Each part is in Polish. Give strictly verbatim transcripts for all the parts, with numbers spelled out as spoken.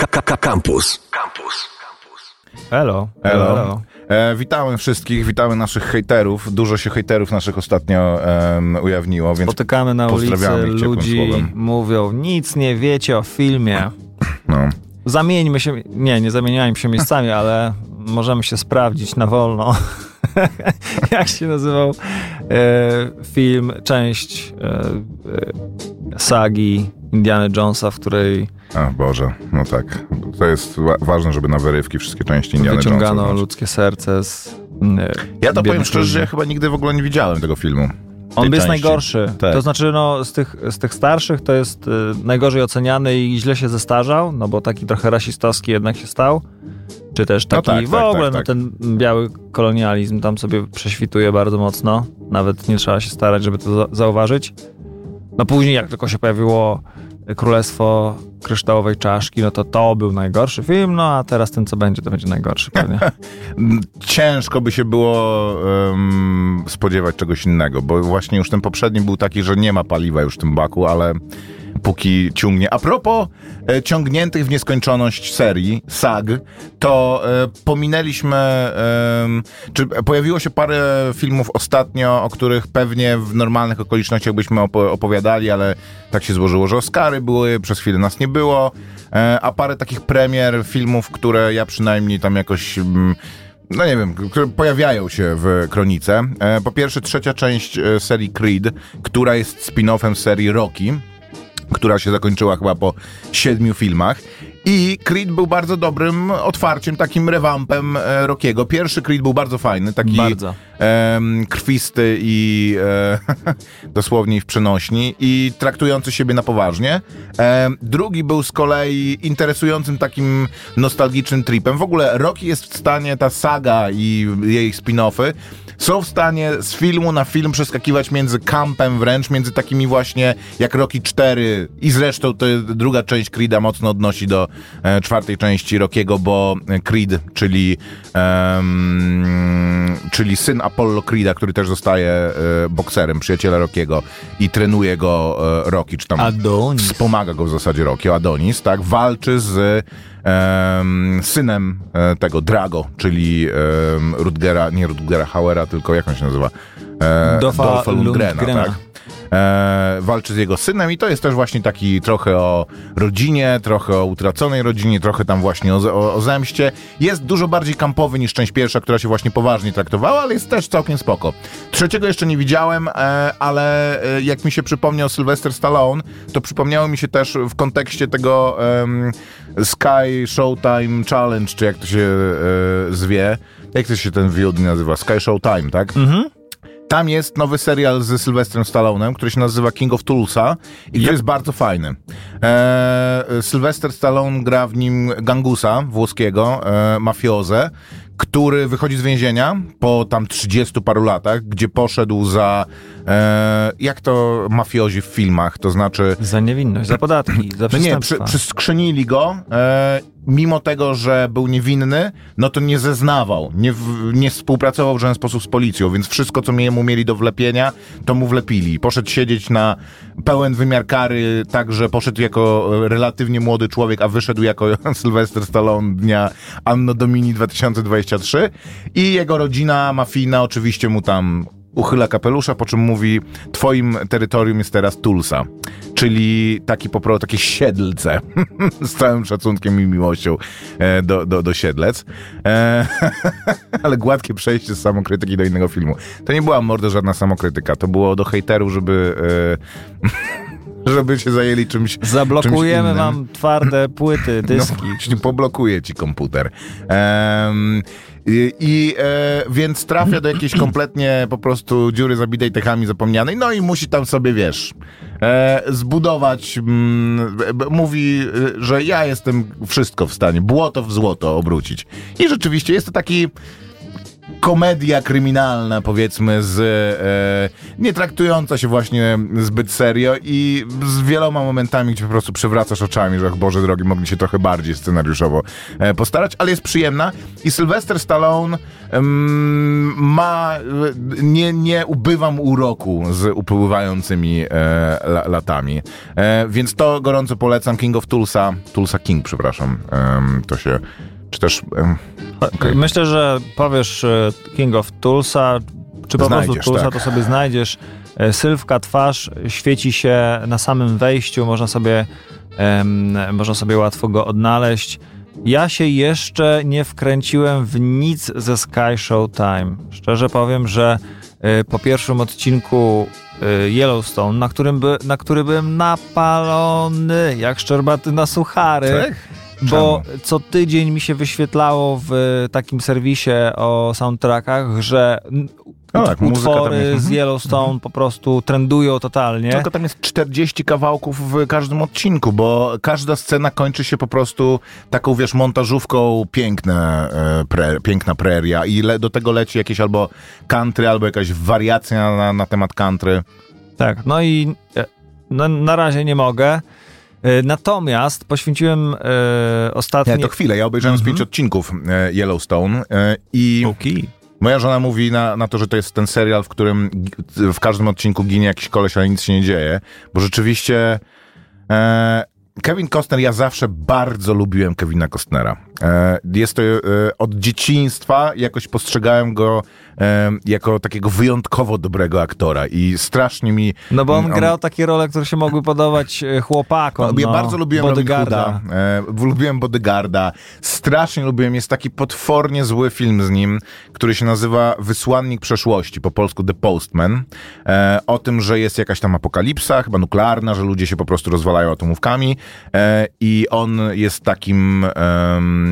Campus. Campus. Hello. Hello. Hello. E, witamy wszystkich, witamy naszych hejterów. Dużo się hejterów naszych ostatnio um, ujawniło, więc spotykamy na ulicy ludzi, słowem. Mówią, nic nie wiecie o filmie. No. Zamieńmy się, nie, nie zamieniajmy się miejscami, ale możemy się sprawdzić na wolno. Jak się nazywał e, film, część e, e, sagi Indiana Jonesa, w której... O Boże, no tak. To jest wa- ważne, żeby na wyrywki wszystkie części Indiana Jonesa wyciągano ludzkie serce z... E, ja to powiem szczerze, że ja chyba nigdy w ogóle nie widziałem tego filmu. On jest części. najgorszy. Tak. To znaczy, no, z tych, z tych starszych to jest y, najgorzej oceniany i źle się zestarzał, no bo taki trochę rasistowski jednak się stał. Czy też taki no tak, w tak, ogóle, tak, no tak. ten biały kolonializm tam sobie prześwituje bardzo mocno. Nawet nie trzeba się starać, żeby to za- zauważyć. No później, jak tylko się pojawiło Królestwo Kryształowej Czaszki, no to to był najgorszy film, no a teraz ten, co będzie, to będzie najgorszy pewnie. Ciężko by się było um, spodziewać czegoś innego, bo właśnie już ten poprzedni był taki, że nie ma paliwa już w tym baku, ale póki ciągnie. A propos e, ciągniętych w nieskończoność serii, sag, to e, pominęliśmy, e, czy pojawiło się parę filmów ostatnio, o których pewnie w normalnych okolicznościach byśmy opo- opowiadali, ale tak się złożyło, że Oscary były, przez chwilę nas nie było, e, a parę takich premier filmów, które ja przynajmniej tam jakoś... Mm, no nie wiem, które pojawiają się w kronice. E, po pierwsze, trzecia część e, serii Creed, która jest spin-offem serii Rocky, która się zakończyła chyba po siedmiu filmach. I Creed był bardzo dobrym otwarciem, takim rewampem e, Rockiego. Pierwszy Creed był bardzo fajny, taki bardzo. E, krwisty i e, dosłownie w przenośni i traktujący siebie na poważnie. E, drugi był z kolei interesującym takim nostalgicznym tripem. W ogóle Rocky jest w stanie, ta saga i jej spin-offy są w stanie z filmu na film przeskakiwać między kampem wręcz, między takimi właśnie jak Rocky cztery i zresztą to druga część Creeda mocno odnosi do e, czwartej części Rockiego, bo Creed, czyli um, czyli syn Apollo Creeda, który też zostaje e, bokserem, przyjaciela Rockiego i trenuje go e, Rocky, czy tam Adonis. wspomaga go w zasadzie Rocky, Adonis, tak, walczy z Um, synem e, tego Drago, czyli um, Rutgera, nie Rutgera Hauera, tylko jak on się nazywa? E, Dolfa Dolfa Lundgrena, Lundgrena. tak? E, walczy z jego synem i to jest też właśnie taki trochę o rodzinie, trochę o utraconej rodzinie, trochę tam właśnie o, o, o zemście. Jest dużo bardziej kampowy niż część pierwsza, która się właśnie poważnie traktowała, ale jest też całkiem spoko. Trzeciego jeszcze nie widziałem, e, ale e, jak mi się przypomniał Sylvester Stallone, to przypomniało mi się też w kontekście tego um, Sky Showtime Challenge, czy jak to się e, zwie. Jak to się ten V O D nazywa? Sky Showtime, tak? Mhm. Tam jest nowy serial ze Sylwestrem Stallonem, który się nazywa King of Tulsa i który yep. jest bardzo fajny. Eee, Sylwester Stallone gra w nim gangusa włoskiego, e, mafiozę, który wychodzi z więzienia po tam trzydziestu paru latach, gdzie poszedł za, e, jak to mafiozi w filmach, to znaczy... Za niewinność, za podatki, za No nie, przestępstwa. przy, przyskrzynili go, e, mimo tego, że był niewinny, no to nie zeznawał, nie, w, nie współpracował w żaden sposób z policją, więc wszystko, co mu mieli do wlepienia, to mu wlepili. Poszedł siedzieć na pełen wymiar kary, tak, że poszedł jako relatywnie młody człowiek, a wyszedł jako Sylvester Stallone dnia Anno Domini dwa tysiące dwudziestego trzeciego i jego rodzina mafijna oczywiście mu tam uchyla kapelusza, po czym mówi: twoim terytorium jest teraz Tulsa, czyli taki po prostu takie Siedlce z całym szacunkiem i miłością e, do, do, do Siedlec. E, ale gładkie przejście z samokrytyki do innego filmu. To nie była mordo żadna samokrytyka, to było do hejterów, żeby e, żeby się zajęli czymś Zablokujemy czymś wam twarde płyty, dyski. No, poblokuje ci komputer. Um, I, i e, więc trafia do jakiejś kompletnie po prostu dziury zabitej techami zapomnianej, no i musi tam sobie, wiesz, e, zbudować, mm, mówi, że ja jestem wszystko w stanie, błoto w złoto obrócić. I rzeczywiście jest to taki komedia kryminalna, powiedzmy, z e, nie traktująca się właśnie zbyt serio i z wieloma momentami, gdzie po prostu przewracasz oczami, że Boże drogi, mogli się trochę bardziej scenariuszowo e, postarać, ale jest przyjemna i Sylvester Stallone mm, ma, nie, nie ubywa mu uroku z upływającymi e, la, latami. E, więc to gorąco polecam. King of Tulsa, Tulsa King, przepraszam, e, to się czy też... Okay. Myślę, że powiesz King of Tulsa, czy po Znajdziesz, prostu Tulsa, tak. to sobie znajdziesz. Sylwka twarz świeci się na samym wejściu, można sobie, um, można sobie łatwo go odnaleźć. Ja się jeszcze nie wkręciłem w nic ze Sky Showtime. Szczerze powiem, że y, po pierwszym odcinku y, Yellowstone, na którym by, na który byłem napalony, jak szczerbaty na suchary, tak? Bo co tydzień mi się wyświetlało w takim serwisie o soundtrackach, że no tak, utwory z Yellowstone mm-hmm. po prostu trendują totalnie. Tylko tam jest czterdzieści kawałków w każdym odcinku, bo każda scena kończy się po prostu taką, wiesz, montażówką piękne, pre, piękna preria i le, do tego leci jakieś albo country, albo jakaś wariacja na, na temat country. Tak, no i no, na razie nie mogę. Natomiast poświęciłem e, ostatnie... Nie, to chwilę, ja obejrzałem mm-hmm. z pięć odcinków e, Yellowstone e, i okay. moja żona mówi na, na to, że to jest ten serial, w którym w każdym odcinku ginie jakiś koleś, ale nic się nie dzieje, bo rzeczywiście e, Kevin Costner, ja zawsze bardzo lubiłem Kevina Costnera. E, jest to e, od dzieciństwa, jakoś postrzegałem go e, jako takiego wyjątkowo dobrego aktora i strasznie mi... No bo on, on grał takie role, które się mogły podobać chłopakom. No, ja no, bardzo lubiłem Bodyguarda. E, lubiłem Bodyguarda. Strasznie lubiłem. Jest taki potwornie zły film z nim, który się nazywa Wysłannik przeszłości, po polsku The Postman. E, o tym, że jest jakaś tam apokalipsa, chyba nuklearna, że ludzie się po prostu rozwalają atomówkami e, i on jest takim... Um,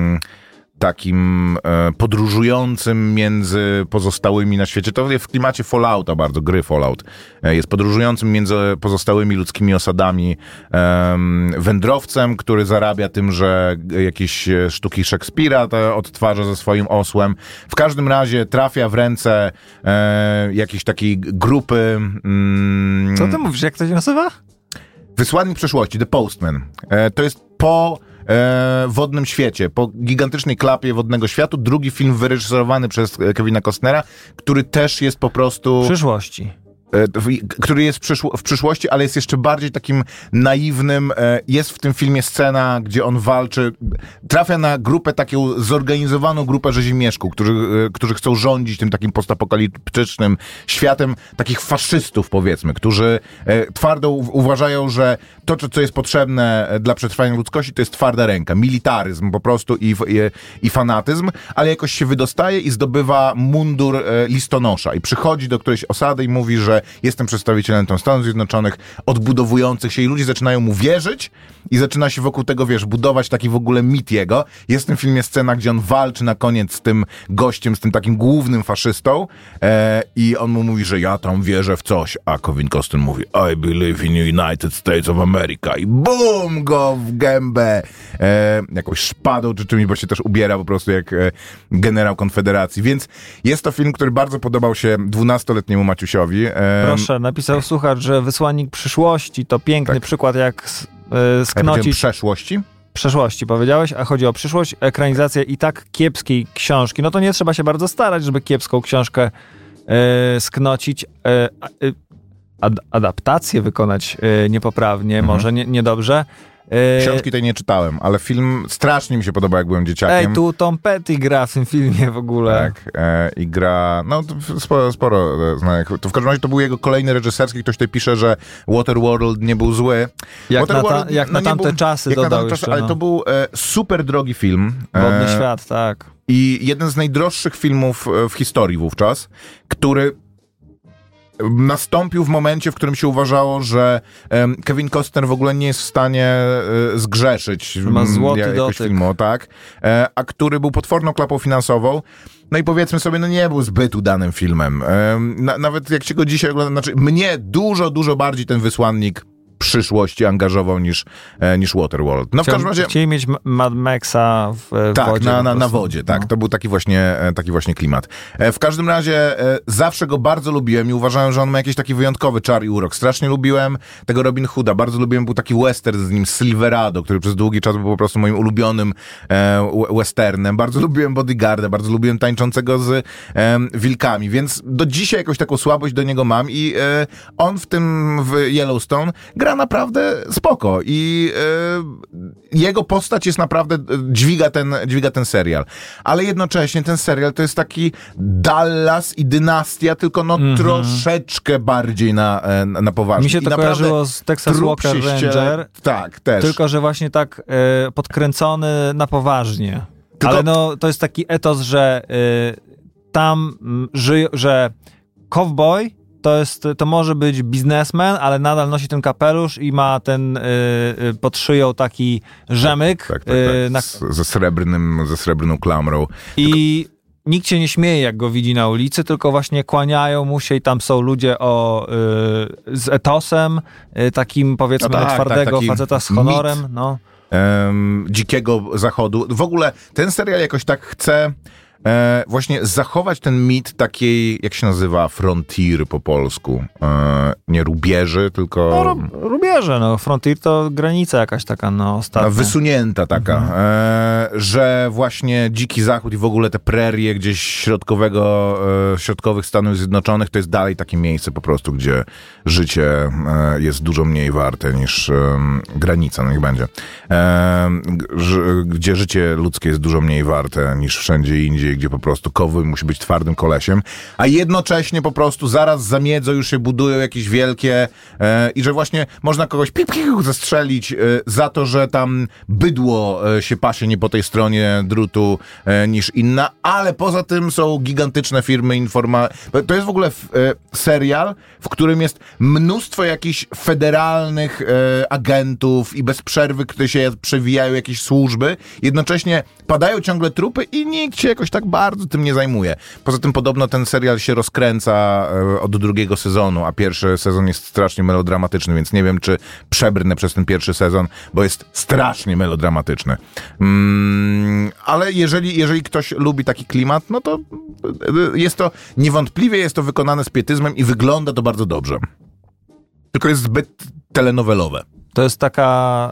takim e, podróżującym między pozostałymi na świecie. To jest w klimacie Fallouta bardzo, gry Fallout. E, jest podróżującym między pozostałymi ludzkimi osadami e, wędrowcem, który zarabia tym, że jakieś sztuki Szekspira te odtwarza ze swoim osłem. W każdym razie trafia w ręce e, jakiejś takiej grupy... Mm, Co ty mówisz? Jak to się nazywa? Wysłannik przeszłości, The Postman. E, to jest po... E, wodnym świecie, po gigantycznej klapie wodnego światu, drugi film wyreżyserowany przez Kevina Costnera, który też jest po prostu... W przyszłości. który jest w, przyszło- w przyszłości, ale jest jeszcze bardziej takim naiwnym. Jest w tym filmie scena, gdzie on walczy, trafia na grupę, taką zorganizowaną grupę rzezimieszków, którzy, którzy chcą rządzić tym takim postapokaliptycznym światem, takich faszystów, powiedzmy, którzy twardo uważają, że to, co jest potrzebne dla przetrwania ludzkości, to jest twarda ręka, militaryzm po prostu i, i, i fanatyzm, ale jakoś się wydostaje i zdobywa mundur listonosza i przychodzi do którejś osady i mówi, że jestem przedstawicielem tam Stanów Zjednoczonych, odbudowujących się i ludzie zaczynają mu wierzyć i zaczyna się wokół tego, wiesz, budować taki w ogóle mit jego. Jest w tym filmie scena, gdzie on walczy na koniec z tym gościem, z tym takim głównym faszystą e, i on mu mówi, że ja tam wierzę w coś, a Kevin Costner mówi I believe in United States of America i bum go w gębę e, jakąś szpadą czy czymś, bo się też ubiera po prostu jak e, generał Konfederacji. Więc jest to film, który bardzo podobał się dwunastoletniemu Maciusiowi. E, Proszę, napisał słuchacz, że Wysłannik przyszłości to piękny tak. przykład, jak e, sknocić... Ja przeszłości? Przeszłości powiedziałeś, a chodzi o przyszłość. Ekranizacja i tak kiepskiej książki. No to nie trzeba się bardzo starać, żeby kiepską książkę e, sknocić. E, ad, adaptację wykonać e, niepoprawnie, mhm. może nie, niedobrze. Książki tej nie czytałem, ale film strasznie mi się podobał, jak byłem dzieciakiem. Ej, tu Tom Petty gra w tym filmie w ogóle. Tak, e, i gra, no sporo, sporo znanych. To w każdym razie to był jego kolejny reżyserski. Ktoś tutaj pisze, że Waterworld nie był zły. Jak na, ta, jak no na tamte był, czasy jak dodał na tamte jeszcze, czasy, no. Ale to był e, super drogi film. Wodny e, świat, tak. I jeden z najdroższych filmów w historii wówczas, który nastąpił w momencie, w którym się uważało, że um, Kevin Costner w ogóle nie jest w stanie e, zgrzeszyć Ma złoty jakoś dotyk. filmu, tak? E, a który był potworną klapą finansową. No i powiedzmy sobie, no nie był zbyt udanym filmem. E, na, nawet jak się go dzisiaj ogląda, znaczy mnie dużo, dużo bardziej ten Wysłannik przyszłość angażował niż, e, niż Waterworld. No w Chciał, każdym razie... Chcieli mieć Mad Maxa w, w tak, wodzie. Na, na, na wodzie, tak. No. To był taki właśnie, taki właśnie klimat. E, w każdym razie e, zawsze go bardzo lubiłem i uważałem, że on ma jakiś taki wyjątkowy czar i urok. Strasznie lubiłem tego Robin Hooda. Bardzo lubiłem, był taki western z nim, Silverado, który przez długi czas był po prostu moim ulubionym e, westernem. Bardzo lubiłem Bodyguarda, bardzo lubiłem Tańczącego z e, wilkami, więc do dzisiaj jakąś taką słabość do niego mam i e, on w tym w Yellowstone gra naprawdę spoko i e, jego postać jest naprawdę, dźwiga ten, dźwiga ten serial. Ale jednocześnie ten serial to jest taki Dallas i Dynastia, tylko no mm-hmm. troszeczkę bardziej na, na, na poważnie. Mi się to kojarzyło z Texas Walker Ranger. Tak, też. Tylko, że właśnie tak e, podkręcony na poważnie. Tylko... Ale no, to jest taki etos, że e, tam żyją, że cowboy to jest, to może być biznesmen, ale nadal nosi ten kapelusz i ma ten y, y, pod szyją taki rzemyk. Tak, tak, tak, tak. Na... Z, ze, srebrnym, ze srebrną klamrą. I tylko... nikt się nie śmieje, jak go widzi na ulicy, tylko właśnie kłaniają mu się i tam są ludzie o, y, z etosem, y, takim powiedzmy no tak, twardego tak, faceta z honorem. Mit, no. um, dzikiego zachodu. W ogóle ten serial jakoś tak chce... E, właśnie zachować ten mit takiej, jak się nazywa, frontier po polsku. E, nie rubieży, tylko... No, ru, rubieże, no. Frontier to granica jakaś taka, no, ostatnia. Wysunięta taka, mhm. e, że właśnie Dziki Zachód i w ogóle te prerie gdzieś środkowego, e, środkowych Stanów Zjednoczonych to jest dalej takie miejsce po prostu, gdzie życie e, jest dużo mniej warte niż e, granica, no niech będzie. E, g, gdzie życie ludzkie jest dużo mniej warte niż wszędzie indziej, gdzie po prostu cowboy musi być twardym kolesiem, a jednocześnie po prostu zaraz za miedzą już się budują jakieś wielkie e, i że właśnie można kogoś pip, pip, zastrzelić e, za to, że tam bydło e, się pasie nie po tej stronie drutu e, niż inna, ale poza tym są gigantyczne firmy informa... To jest w ogóle f, e, serial, w którym jest mnóstwo jakichś federalnych e, agentów i bez przerwy, które się przewijają jakieś służby, jednocześnie padają ciągle trupy i nikt się jakoś tak bardzo tym nie zajmuje. Poza tym podobno ten serial się rozkręca e, od drugiego sezonu, a pierwszy sezon jest strasznie melodramatyczny, więc nie wiem, czy przebrnę przez ten pierwszy sezon, bo jest strasznie melodramatyczny. Mm, ale jeżeli, jeżeli ktoś lubi taki klimat, no to jest to, niewątpliwie jest to wykonane z pietyzmem i wygląda to bardzo dobrze. Tylko jest zbyt telenowelowe. To jest taka...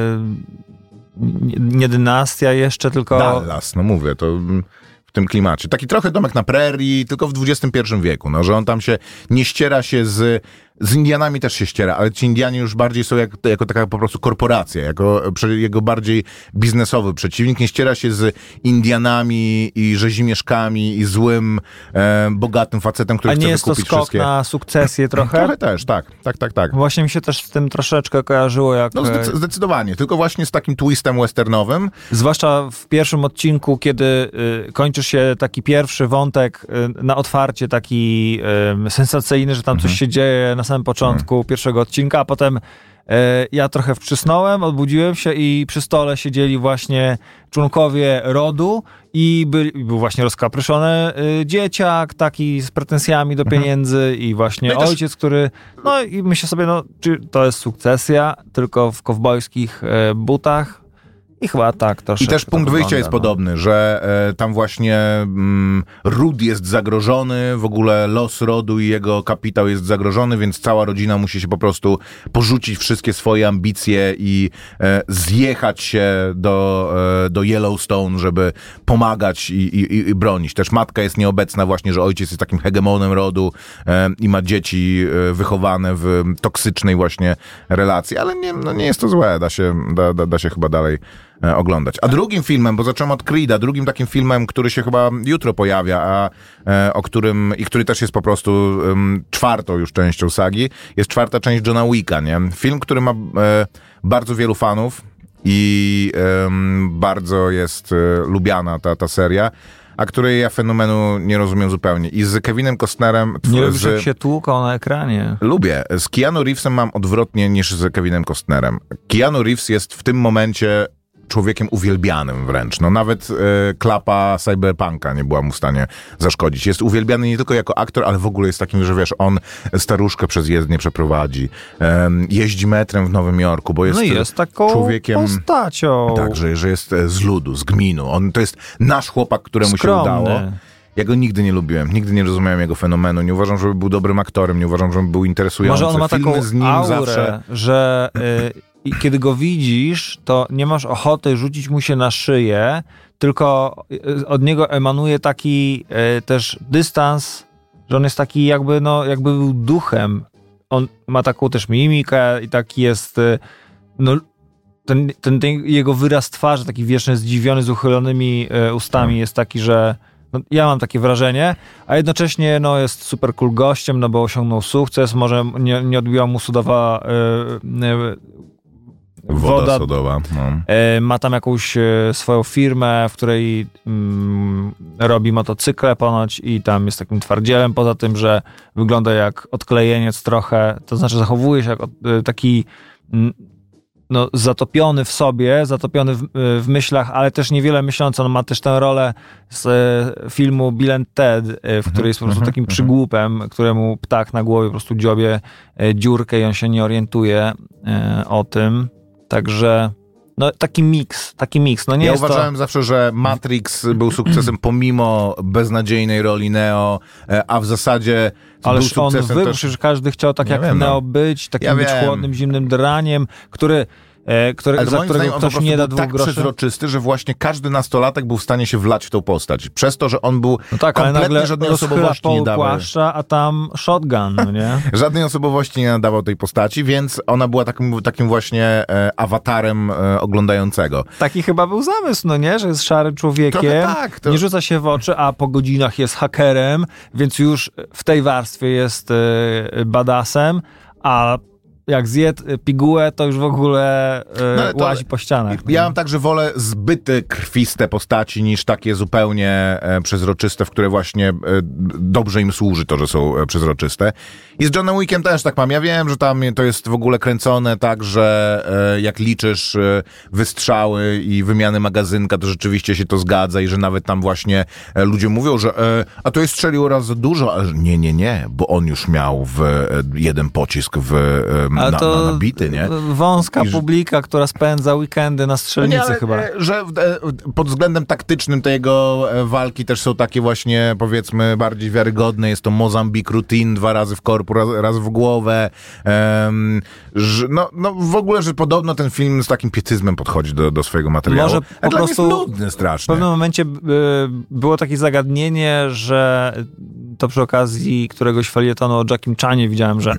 Yy... nie dynastia jeszcze, tylko... Dallas, no mówię, to w tym klimacie. Taki trochę Domek na Prerii, tylko w dwudziestym pierwszym wieku, no, że on tam się nie ściera się z... Z Indianami też się ściera, ale ci Indianie już bardziej są jak, jako taka po prostu korporacja, jako jego bardziej biznesowy przeciwnik. Nie ściera się z Indianami i rzezimieszkami i złym, e, bogatym facetem, który chce wykupić wszystkie... A nie jest to skok na sukcesję trochę? Trochę też, tak, tak, tak, tak. Właśnie mi się też z tym troszeczkę kojarzyło jak... No zdec- zdecydowanie, tylko właśnie z takim twistem westernowym. Zwłaszcza w pierwszym odcinku, kiedy y, kończy się taki pierwszy wątek y, na otwarcie, taki y, sensacyjny, że tam mhm. coś się dzieje na samym początku hmm. pierwszego odcinka, a potem e, ja trochę wczysnąłem, odbudziłem się i przy stole siedzieli właśnie członkowie rodu i by, był właśnie rozkapryszony e, dzieciak, taki z pretensjami do pieniędzy hmm. i właśnie no i ojciec, też... który... No i myślę sobie, no, czy to jest sukcesja, tylko w kowbojskich e, butach. I chyba tak troszeczkę. I też punkt wyjścia wygląda, jest no. podobny, że e, tam właśnie mm, ród jest zagrożony, w ogóle los rodu i jego kapitał jest zagrożony, więc cała rodzina musi się po prostu porzucić wszystkie swoje ambicje i e, zjechać się do, e, do Yellowstone, żeby pomagać i, i, i bronić. Też matka jest nieobecna właśnie, że ojciec jest takim hegemonem rodu e, i ma dzieci e, wychowane w toksycznej właśnie relacji, ale nie, no nie jest to złe, da się, da, da, da się chyba dalej oglądać. A drugim filmem, bo zacząłem od Creed'a, drugim takim filmem, który się chyba jutro pojawia, a e, o którym, i który też jest po prostu um, czwartą już częścią sagi, jest czwarta część Johna Wicka, nie? Film, który ma e, bardzo wielu fanów i e, bardzo jest e, lubiana ta, ta seria, a której ja fenomenu nie rozumiem zupełnie. I z Kevinem Costnerem... Nie lubisz, z... jak się tłuką na ekranie. Lubię. Z Keanu Reevesem mam odwrotnie niż z Kevinem Costnerem. Keanu Reeves jest w tym momencie człowiekiem uwielbianym wręcz. No nawet e, klapa Cyberpunka nie była mu w stanie zaszkodzić. Jest uwielbiany nie tylko jako aktor, ale w ogóle jest takim, że wiesz, on staruszkę przez jezdnię przeprowadzi. E, jeździ metrem w Nowym Jorku, bo jest, no i jest taką człowiekiem... postacią. Tak, że, że jest z ludu, z gminu. On to jest nasz chłopak, któremu Skromny. się udało. Ja go nigdy nie lubiłem, nigdy nie rozumiałem jego fenomenu. Nie uważam, żeby był dobrym aktorem, nie uważam, żeby był interesujący. Może on ma Filmy taką z nim aurę, zawsze... że y, i kiedy go widzisz, to nie masz ochoty rzucić mu się na szyję, tylko y, od niego emanuje taki y, też dystans, że on jest taki jakby, no, jakby był duchem. On ma taką też mimikę i taki jest... Y, no, ten, ten, ten jego wyraz twarzy, taki wieczny zdziwiony z uchylonymi y, ustami hmm. jest taki, że no, ja mam takie wrażenie, a jednocześnie no, jest super cool gościem, no bo osiągnął sukces, może nie, nie odbiła mu sodowa y, y, woda, woda sodowa. No. Y, ma tam jakąś y, swoją firmę, w której y, robi motocykle ponoć i tam jest takim twardzielem, poza tym, że wygląda jak odklejeniec trochę, to znaczy zachowuje się jak y, taki... Y, no, zatopiony w sobie, zatopiony w, w myślach, ale też niewiele myślący. On ma też tę rolę z e, filmu Bill and Ted, e, w której jest po prostu takim przygłupem, któremu ptak na głowie po prostu dziobie e, dziurkę i on się nie orientuje e, o tym. Także no, taki miks, taki miks. No, nie ja jest uważałem to... zawsze, że Matrix był sukcesem pomimo beznadziejnej roli Neo, a w zasadzie Ależ był on sukcesem wybrał, też... że każdy chciał tak Ja jak wiem, Neo no. być, takim Ja być wiem. chłodnym, zimnym draniem, który... E, który, Ale za moim którego zdaniem on po ktoś prostu nie da był dwóch tak groszy. przezroczysty, że właśnie każdy nastolatek był w stanie się wlać w tą postać. Przez to, że on był No tak, ale kompletnie nagle żadnej rozchyla osobowości nie poł dawał. płaszcza, a tam shotgun, no nie? Żadnej osobowości nie nadawał tej postaci, więc ona była takim, takim właśnie e, awatarem e, oglądającego. Taki chyba był zamysł, no nie? Że jest szarym człowiekiem, Trochę tak, to... nie rzuca się w oczy, a po godzinach jest hakerem, więc już w tej warstwie jest e, badassem, a jak zje pigułę, to już w ogóle e, no, to, łazi po ścianach. Ja mam także wolę zbyt krwiste postaci niż takie zupełnie e, przezroczyste, w które właśnie e, dobrze im służy to, że są e, przezroczyste. I z Johnem Wickiem też tak mam. Ja wiem, że tam to jest w ogóle kręcone tak, że e, jak liczysz e, wystrzały i wymiany magazynka, to rzeczywiście się to zgadza i że nawet tam właśnie e, ludzie mówią, że e, a to jest strzeliło raz za dużo, ale nie, nie, nie, bo on już miał w e, jeden pocisk w e, A na, to na, nabity, nie? wąska I że- publika, która spędza weekendy na strzelnicy No nie, ale, chyba. e, Że e, pod względem taktycznym te jego e, walki też są takie właśnie, powiedzmy, bardziej wiarygodne. Jest to Mozambique Routine, dwa razy w korpu, raz, raz w głowę. Em, że, no, no w ogóle, że podobno ten film z takim pietyzmem podchodzi do, do swojego materiału. Może po A dla mnie prostu jest nudny W strasznie. pewnym momencie y, było takie zagadnienie, że to przy okazji któregoś felietonu o Jackiem Chanie widziałem, że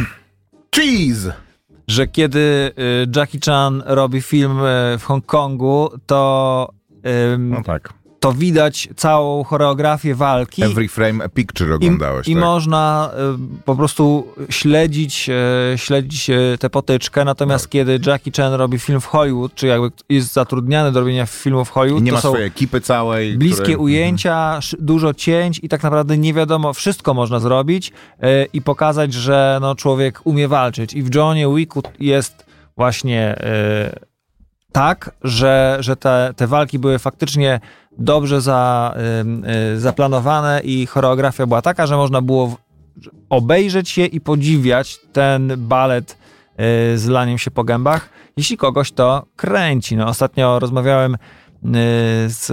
Cheese! że kiedy y, Jackie Chan robi film y, w Hongkongu, to, y, No tak. to widać całą choreografię walki. Every Frame a Picture I, oglądałeś, i tak? można y, po prostu śledzić, y, śledzić y, tę potyczkę, natomiast Tak. kiedy Jackie Chan robi film w Hollywood, czy jakby jest zatrudniany do robienia filmów w I Hollywood, nie to ma są swojej ekipy całej. bliskie której... ujęcia, sz- dużo cięć i tak naprawdę nie wiadomo, wszystko można zrobić yy, i pokazać, że no, człowiek umie walczyć. I w Johnie Wicku jest właśnie yy, tak, że, że te, te walki były faktycznie dobrze za, yy, yy, zaplanowane i choreografia była taka, że można było w- obejrzeć je i podziwiać ten balet yy, z laniem się po gębach, jeśli kogoś to kręci. No, ostatnio rozmawiałem yy, z,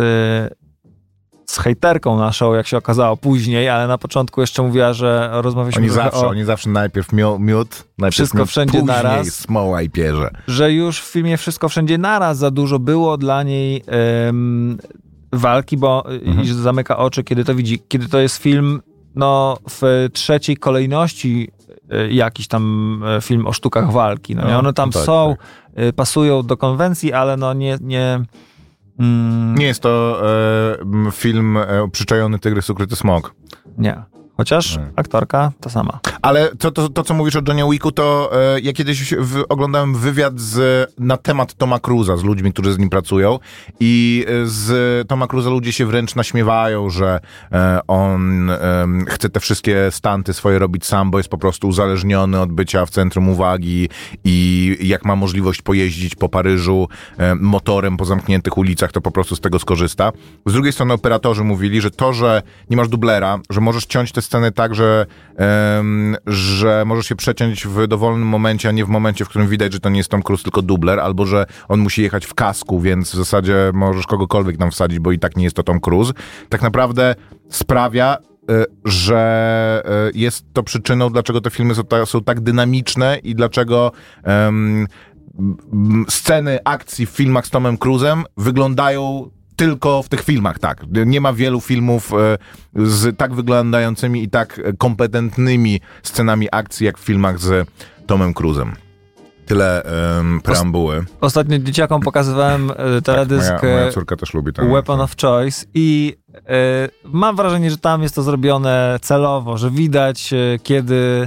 z hejterką naszą, jak się okazało później, ale na początku jeszcze mówiła, że rozmawialiśmy Oni trochę zawsze, o, oni zawsze najpierw miód, miód najpierw Wszystko miód, wszędzie później naraz. smoła i pierze. że już w filmie Wszystko Wszędzie Naraz za dużo było dla niej em, walki, bo Mhm. i że zamyka oczy, kiedy to widzi. Kiedy to jest film no, w trzeciej kolejności y, jakiś tam y, film o sztukach walki. No, nie? No, One tam tak, są, y, pasują do konwencji, ale no nie... nie mm, Nie jest to e, m, film e, Przyczajony tygrys, ukryty smok. nie. Chociaż Nie. aktorka ta sama. Ale to, to, to co mówisz o Johnie Wicku, to e, ja kiedyś w, oglądałem wywiad z, na temat Toma Cruise'a z ludźmi, którzy z nim pracują i z Toma Cruise'a ludzie się wręcz naśmiewają, że e, on e, chce te wszystkie stunty swoje robić sam, bo jest po prostu uzależniony od bycia w centrum uwagi i jak ma możliwość pojeździć po Paryżu e, motorem po zamkniętych ulicach, to po prostu z tego skorzysta. Z drugiej strony operatorzy mówili, że to, że nie masz dublera, że możesz ciąć te sceny tak, że, um, że możesz się przeciąć w dowolnym momencie, a nie w momencie, w którym widać, że to nie jest Tom Cruise, tylko dubler, albo że on musi jechać w kasku, więc w zasadzie możesz kogokolwiek tam wsadzić, bo i tak nie jest to Tom Cruise. Tak naprawdę sprawia, że jest to przyczyną, dlaczego te filmy są, ta, są tak dynamiczne i dlaczego um, sceny akcji w filmach z Tomem Cruise'em wyglądają tylko w tych filmach, tak. Nie ma wielu filmów z tak wyglądającymi i tak kompetentnymi scenami akcji, jak w filmach z Tomem Cruise'em. Tyle um, preambuły. Ostatnio dzieciakom pokazywałem teledysk tak, moja, moja córka też lubi ten, Weapon of Choice i y, mam wrażenie, że tam jest to zrobione celowo, że widać kiedy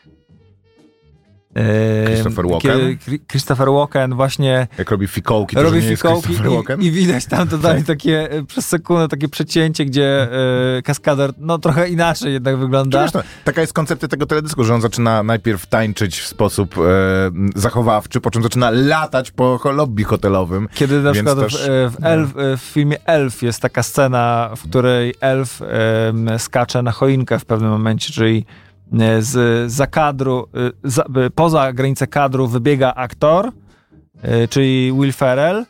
Christopher Walken? Kiedy Christopher Walken właśnie jak robi fikołki, to robi nie fikołki jest Walken? I, i widać tam totalnie takie przez sekundę takie przecięcie, gdzie y, kaskader no trochę inaczej jednak wygląda. Wiesz, no, taka jest koncepcja tego teledysku, że on zaczyna najpierw tańczyć w sposób e, zachowawczy, po czym zaczyna latać po lobby hotelowym. Kiedy na przykład też, w, w, Elf, w filmie Elf jest taka scena, w której Elf y, skacze na choinkę w pewnym momencie, czyli z zakadru, za, poza granicę kadru wybiega aktor, czyli Will Ferrell,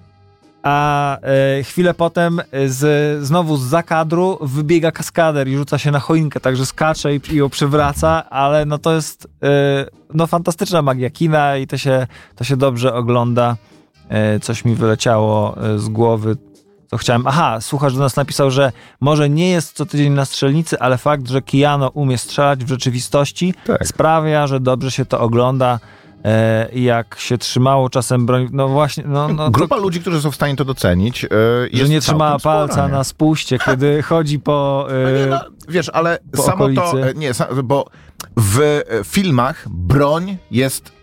a chwilę potem z, znowu z zakadru wybiega kaskader i rzuca się na choinkę, także skacze i, i ją przywraca, ale no to jest no fantastyczna magia kina i to się, to się dobrze ogląda. Coś mi wyleciało z głowy, to chciałem... Aha, słuchacz do nas napisał, że może nie jest co tydzień na strzelnicy, ale fakt, że Keanu umie strzelać w rzeczywistości tak. sprawia, że dobrze się to ogląda. E, jak się trzymało czasem broń... No właśnie... No, no, Grupa to, ludzi, którzy są w stanie to docenić, e, jest że nie trzymała spora, palca nie? na spuście, kiedy chodzi po... E, no nie, no, wiesz, ale samo okolicy. to... Nie, bo w filmach broń jest...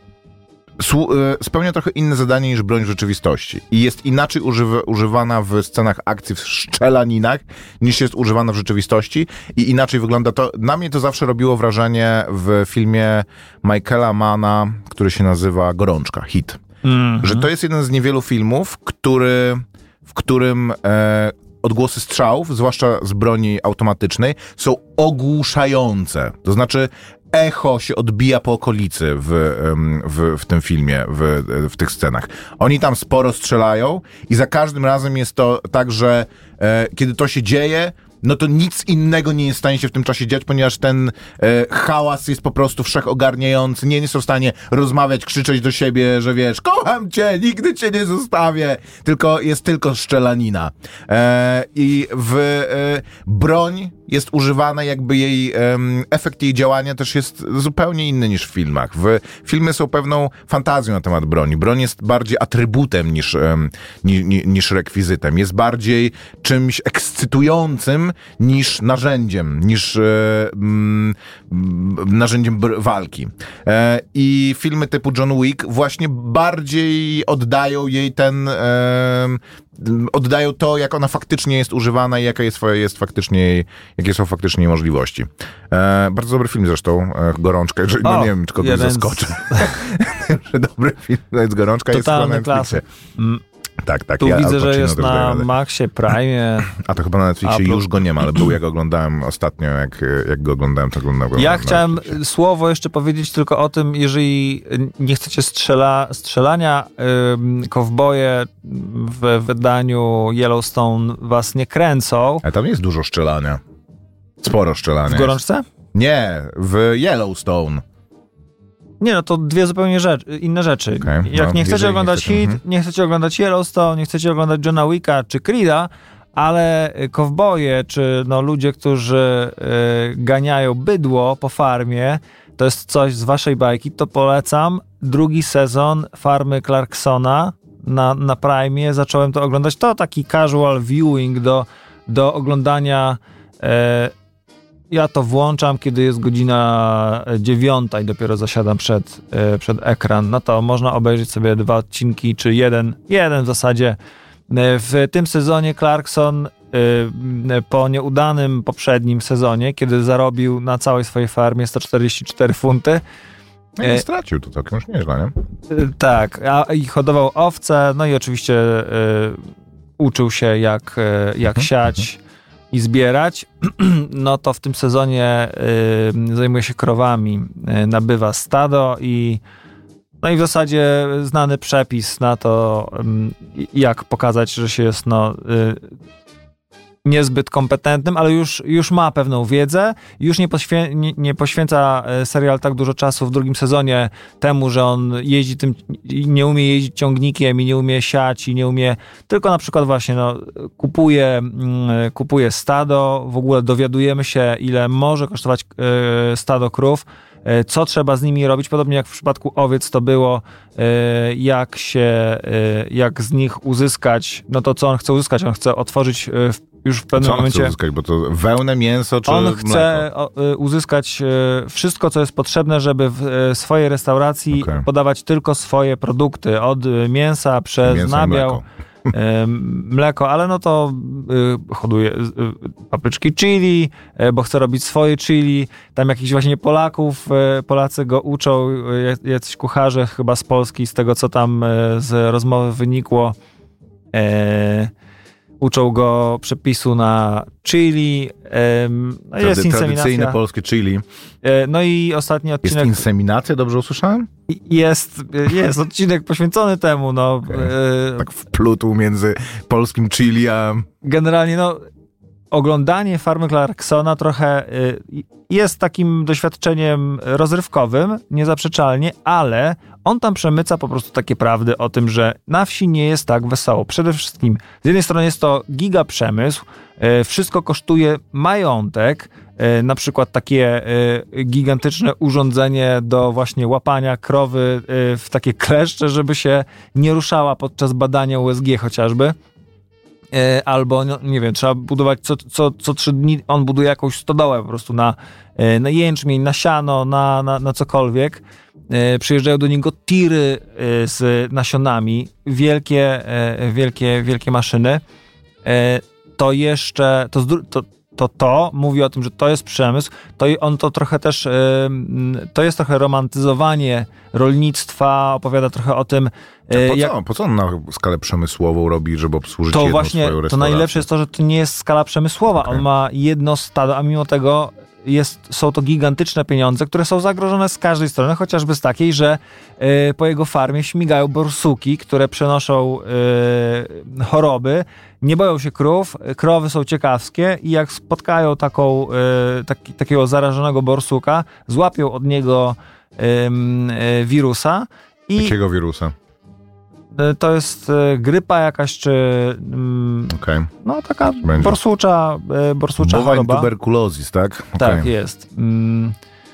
spełnia trochę inne zadanie niż broń w rzeczywistości. I jest inaczej używa, używana w scenach akcji, w strzelaninach, niż jest używana w rzeczywistości. I inaczej wygląda to. Na mnie to zawsze robiło wrażenie w filmie Michaela Manna, który się nazywa Gorączka, Hit. Mm-hmm. Że to jest jeden z niewielu filmów, który, w którym e, odgłosy strzałów, zwłaszcza z broni automatycznej, są ogłuszające. To znaczy echo się odbija po okolicy w, w, w tym filmie, w, w tych scenach. Oni tam sporo strzelają i za każdym razem jest to tak, że e, kiedy to się dzieje, no to nic innego nie jest w stanie się w tym czasie dziać, ponieważ ten e, hałas jest po prostu wszechogarniający. Nie, nie są w stanie rozmawiać, krzyczeć do siebie, że wiesz, kocham cię, nigdy cię nie zostawię. Tylko jest tylko strzelanina. E, I w e, broń jest używana, jakby jej e, efekt jej działania też jest zupełnie inny niż w filmach. W, filmy są pewną fantazją na temat broni. Broń jest bardziej atrybutem niż, e, ni, niż rekwizytem. Jest bardziej czymś ekscytującym niż narzędziem, niż e, m, narzędziem br- walki. E, I filmy typu John Wick właśnie bardziej oddają jej ten e, oddają to, jak ona faktycznie jest używana i jaka jest, jest faktycznie jej, jakie są faktycznie jej możliwości. E, bardzo dobry film zresztą, e, Gorączka, jeżeli, no nie wiem, czy kogoś zaskoczę. Z... że dobry film, to jest Gorączka, totalny jest chyba na Netflixie. Tak, tak. Tu ja, widzę, że jest na Maxie, Prime. A to chyba na Netflixie Apple. Już go nie ma, ale był, jak oglądałem ostatnio, jak, jak go oglądałem, to oglądałem go. Ja chciałem słowo jeszcze powiedzieć tylko o tym, jeżeli nie chcecie strzela, strzelania, yy, kowboje w wydaniu Yellowstone was nie kręcą. Ale tam jest dużo strzelania. Sporo strzelania. W Gorączce? Jest. Nie, w Yellowstone. Nie, no to dwie zupełnie rzecz, inne rzeczy. Okay, Jak no, nie chcecie oglądać Hit, nie, nie chcecie oglądać Yellowstone, nie chcecie oglądać Johna Wicka czy Creed'a, ale kowboje, czy no ludzie, którzy y, ganiają bydło po farmie, to jest coś z waszej bajki, to polecam. Drugi sezon Farmy Clarksona na, na Prime. Zacząłem to oglądać. To taki casual viewing do, do oglądania y, ja to włączam, kiedy jest godzina dziewiąta i dopiero zasiadam przed, przed ekran. No to można obejrzeć sobie dwa odcinki, czy jeden, jeden w zasadzie. W tym sezonie Clarkson po nieudanym poprzednim sezonie, kiedy zarobił na całej swojej farmie sto czterdzieści cztery funty. No i stracił to całkiem już nieźle, nie? Tak, a i hodował owce, no i oczywiście y, uczył się jak, y, jak siać i zbierać. No to w tym sezonie y, zajmuje się krowami, y, nabywa stado i no i w zasadzie znany przepis na to, y, jak pokazać, że się jest no y, niezbyt kompetentnym, ale już, już ma pewną wiedzę. Już nie, poświę- nie, nie poświęca serial tak dużo czasu w drugim sezonie temu, że on jeździ tym, nie umie jeździć ciągnikiem i nie umie siać i nie umie, tylko na przykład właśnie no, kupuje, kupuje stado, w ogóle dowiadujemy się, ile może kosztować stado krów, co trzeba z nimi robić, podobnie jak w przypadku owiec to było, jak się, jak z nich uzyskać, no to co on chce uzyskać, on chce otworzyć już w pewnym co on momencie... chce uzyskać, bo to wełnę, mięso czy On mleko? chce uzyskać wszystko, co jest potrzebne, żeby w swojej restauracji okay. podawać tylko swoje produkty, od mięsa przez mięso nabiał, mleko, ale no to y, hoduje y, papryczki chili, y, bo chce robić swoje chili. Tam jakichś właśnie Polaków, y, Polacy go uczą, y, jacyś kucharze chyba z Polski, z tego co tam y, z rozmowy wynikło. Y, uczą go przepisu na chili. Y, no jest Trady, inseminacja. Tradycyjne polskie chili. Y, no i ostatni odcinek... Jest inseminacja, dobrze usłyszałem? Jest, jest odcinek poświęcony temu, no. Okay. Y, tak wplótł między polskim chili a... Generalnie, no, oglądanie Farmy Clarksona trochę y, jest takim doświadczeniem rozrywkowym, niezaprzeczalnie, ale on tam przemyca po prostu takie prawdy o tym, że na wsi nie jest tak wesoło. Przede wszystkim, z jednej strony jest to giga przemysł, y, wszystko kosztuje majątek, y, na przykład takie y, gigantyczne urządzenie do właśnie łapania krowy y, w takie kleszcze, żeby się nie ruszała podczas badania U S G chociażby. Albo, no, nie wiem, trzeba budować co, co, co trzy dni, on buduje jakąś stodołę po prostu na, na jęczmień, na siano, na, na, na cokolwiek. Przyjeżdżają do niego tiry z nasionami, wielkie, wielkie, wielkie maszyny. To jeszcze, to, to, to to mówi o tym, że to jest przemysł, to on to trochę też, to jest trochę romantyzowanie rolnictwa, opowiada trochę o tym, po, jak... co? po co on na skalę przemysłową robi, żeby obsłużyć to jedną właśnie, swoją restaurację? To najlepsze jest to, że to nie jest skala przemysłowa, okay. On ma jedno stado, a mimo tego jest, są to gigantyczne pieniądze, które są zagrożone z każdej strony, chociażby z takiej, że y, po jego farmie śmigają borsuki, które przenoszą y, choroby, nie boją się krów, krowy są ciekawskie i jak spotkają taką, y, taki, takiego zarażonego borsuka, złapią od niego y, y, wirusa. I jakiego wirusa? To jest grypa jakaś, czy mm, okay. no taka Będzie. borsucza, borsucza Bovine choroba. tuberkulozis, tak? Okay. Tak, jest. Mm,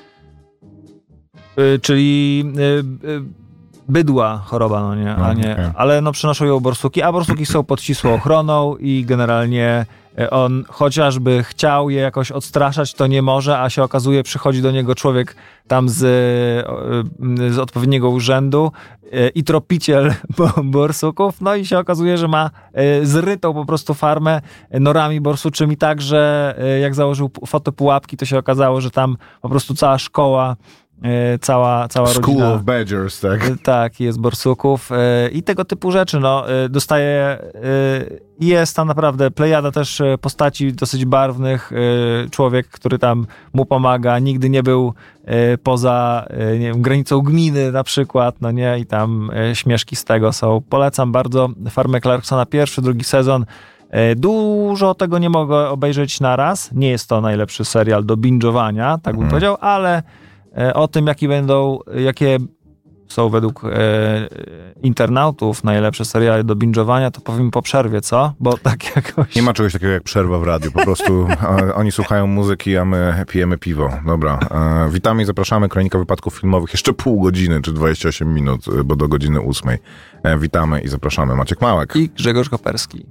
y, czyli y, y, bydła choroba, no nie, no, a nie, okay. ale no przenoszą ją borsuki, a borsuki są pod ścisłą ochroną i generalnie on chociażby chciał je jakoś odstraszać, to nie może, a się okazuje, przychodzi do niego człowiek tam z, z odpowiedniego urzędu i tropiciel borsuków, no i się okazuje, że ma zrytą po prostu farmę norami borsuczymi tak, że jak założył fotopułapki, to się okazało, że tam po prostu cała szkoła Cała, cała School rodzina. of Badgers, tak? Tak, jest borsuków i tego typu rzeczy, no, dostaje, jest tam naprawdę plejada też postaci dosyć barwnych, człowiek, który tam mu pomaga, nigdy nie był poza, nie wiem, granicą gminy na przykład, no nie, i tam śmieszki z tego są. Polecam bardzo Farmę Clarksona, pierwszy, drugi sezon. Dużo tego nie mogę obejrzeć na raz, nie jest to najlepszy serial do binge'owania, tak bym mhm. powiedział, ale o tym, jakie będą, jakie są według e, internautów najlepsze seriale do binge'owania, to powiem po przerwie, co? Bo tak jakoś... Nie ma czegoś takiego jak przerwa w radiu. Po prostu a, oni słuchają muzyki, a my pijemy piwo. Dobra. E, witamy i zapraszamy. Kronika Wypadków Filmowych. Jeszcze pół godziny, czy dwadzieścia osiem minut, bo do godziny ósmej. E, witamy i zapraszamy. Maciek Małek. I Grzegorz Koperski.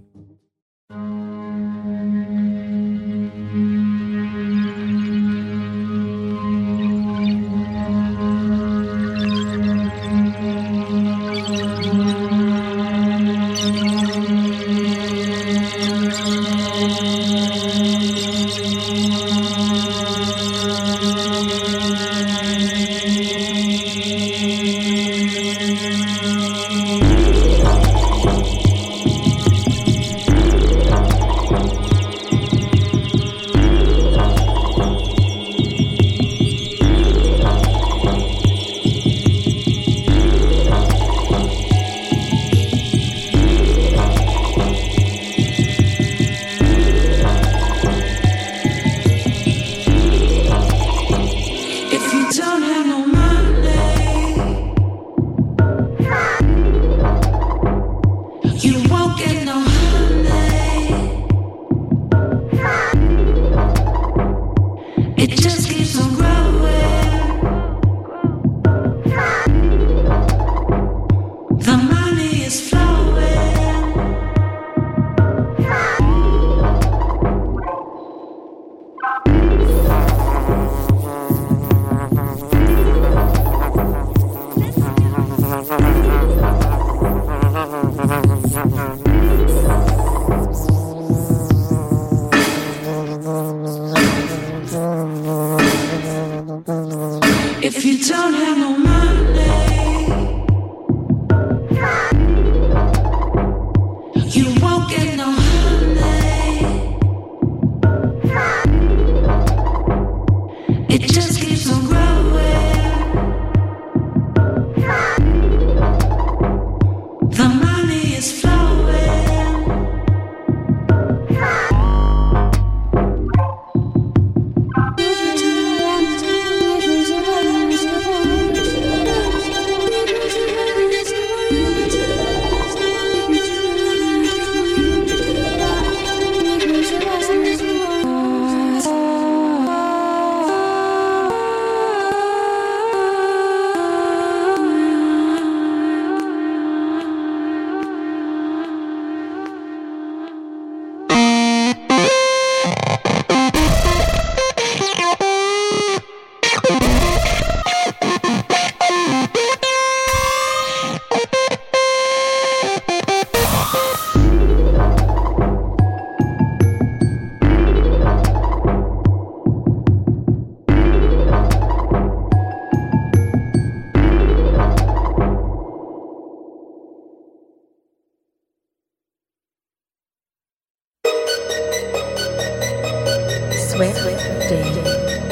Swift D.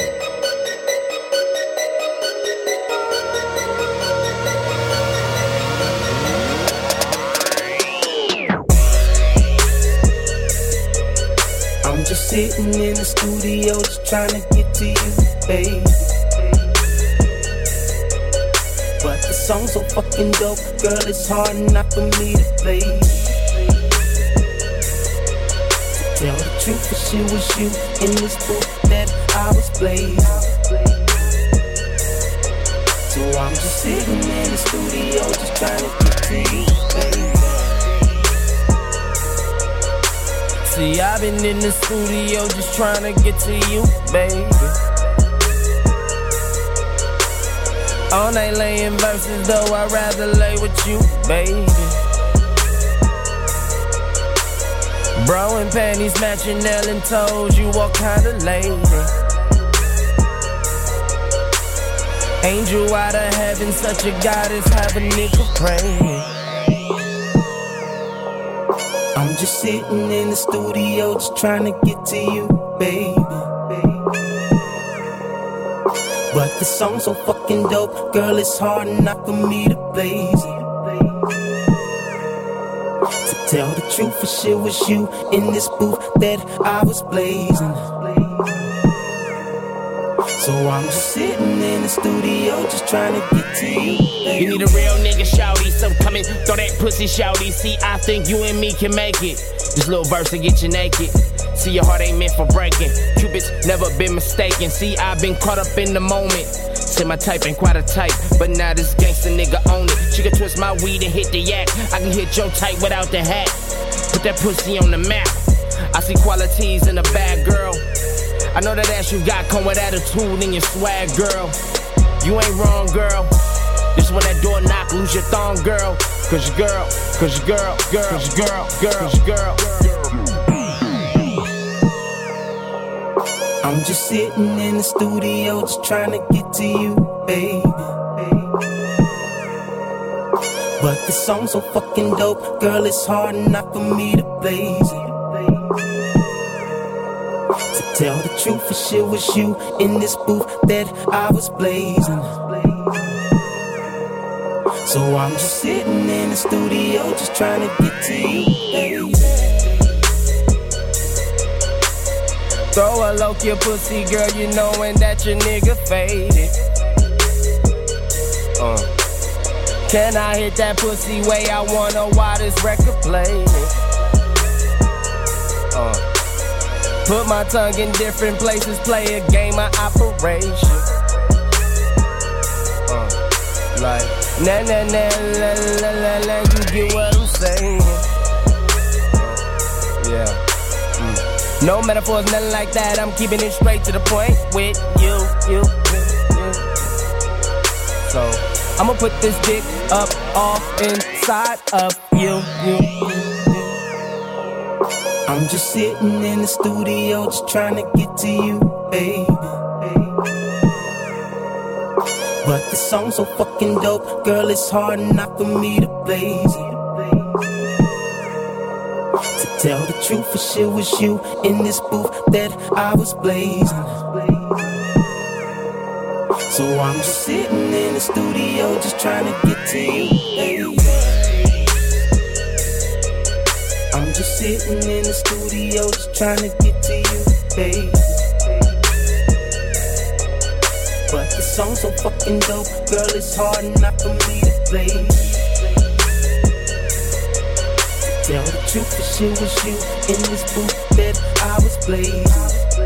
I'm just sitting in the studio just trying to get to you, baby. But the song's so fucking dope, girl, it's hard enough for me to play. To tell the truth, if it was you in this booth that I was blazing. So I'm just sitting in the studio just trying to get to you, baby. See, I've been in the studio just trying to get to you, baby. All night laying verses, though I'd rather lay with you, baby. Bro and panties matching nail and toes, you all kinda lady. Angel out of heaven, such a goddess, have a nigga praying. I'm just sitting in the studio just trying to get to you, baby. But the song's so fucking dope, girl, it's hard enough for me to blaze it. To tell the truth, if shit was you in this booth that I was blazing. So I'm just sitting in the studio just trying to get to you, baby. You need a real nigga, shouty, so come and throw that pussy, shouty. See, I think you and me can make it. This little verse will get you naked. See, your heart ain't meant for breaking. Cupid's never been mistaken. See, I've been caught up in the moment. Say my type ain't quite a type, but now this gangsta nigga own it. She can twist my weed and hit the yak. I can hit your type without the hat. Put that pussy on the map. I see qualities in a bad girl. I know that ass you got come with attitude and your swag, girl. You ain't wrong, girl. This when that door knock, lose your thong, girl. Cause your girl, cause your girl, girl, cause your girl, girl, cause your girl. I'm just sitting in the studio just trying to get to you, baby. But the song's so fucking dope, girl, it's hard enough for me to blaze it. To tell the truth, if shit was you in this booth that I was blazing. So I'm just sitting in the studio just trying to get to you, baby. Throw a loke your pussy, girl, you knowin' that your nigga faded. Uh. Can I hit that pussy way I wanna while this record playing? Uh. Put my tongue in different places, play a game of operation. Uh. Like, na na na la la la la, you get what I'm saying? Uh. Yeah. No metaphors, nothing like that. I'm keeping it straight to the point with you, you, you, you. So I'ma put this dick up off inside of you, you, you, you. I'm just sitting in the studio just trying to get to you, baby. But the song's so fucking dope, girl, it's hard enough for me to blaze it. Tell the truth, if shit was you in this booth that I was blazing. So I'm just sitting in the studio just trying to get to you, baby. I'm just sitting in the studio just trying to get to you, baby. But the song's so fucking dope, girl, it's hard enough for me to blaze. Tell the truth, if shit was you in this booth that I was blazing.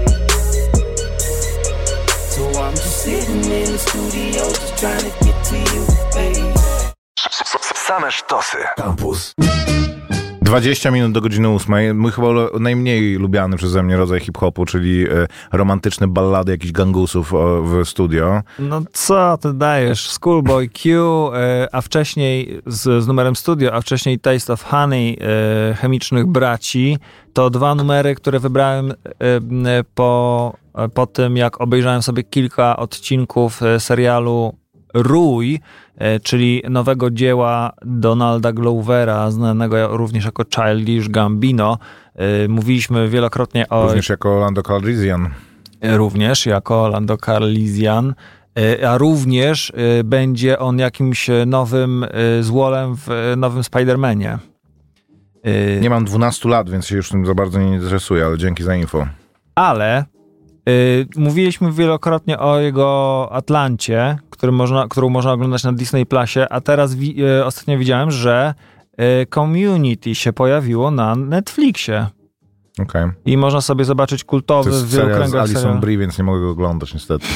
So I'm just sitting in the studio just trying to get to you, baby. Same sztosy. Campus. dwadzieścia minut do godziny ósmej. Mój chyba najmniej lubiany przeze mnie rodzaj hip-hopu, czyli romantyczne ballady jakichś gangusów w studio. No co ty dajesz? Schoolboy Q, a wcześniej z, z numerem studio, a wcześniej Taste of Honey, Chemicznych Braci. To dwa numery, które wybrałem po, po tym, jak obejrzałem sobie kilka odcinków serialu Rój, czyli nowego dzieła Donalda Glovera, znanego również jako Childish Gambino. Y, mówiliśmy wielokrotnie o... Również jako Lando Calrissian. Również jako Lando Calrissian, y, a również y, będzie on jakimś nowym y, złolem w nowym Spider-Manie. Y, Nie mam dwunastu lat, więc się już tym za bardzo nie interesuję, ale dzięki za info. Ale y, mówiliśmy wielokrotnie o jego Atlancie, który można, którą można oglądać na Disney Plusie, a teraz wi- y, ostatnio widziałem, że y, Community się pojawiło na Netflixie. Okej. Okay. I można sobie zobaczyć kultowy To jest w serial z wielokręgach Alison serial. Brie, więc nie mogę go oglądać niestety.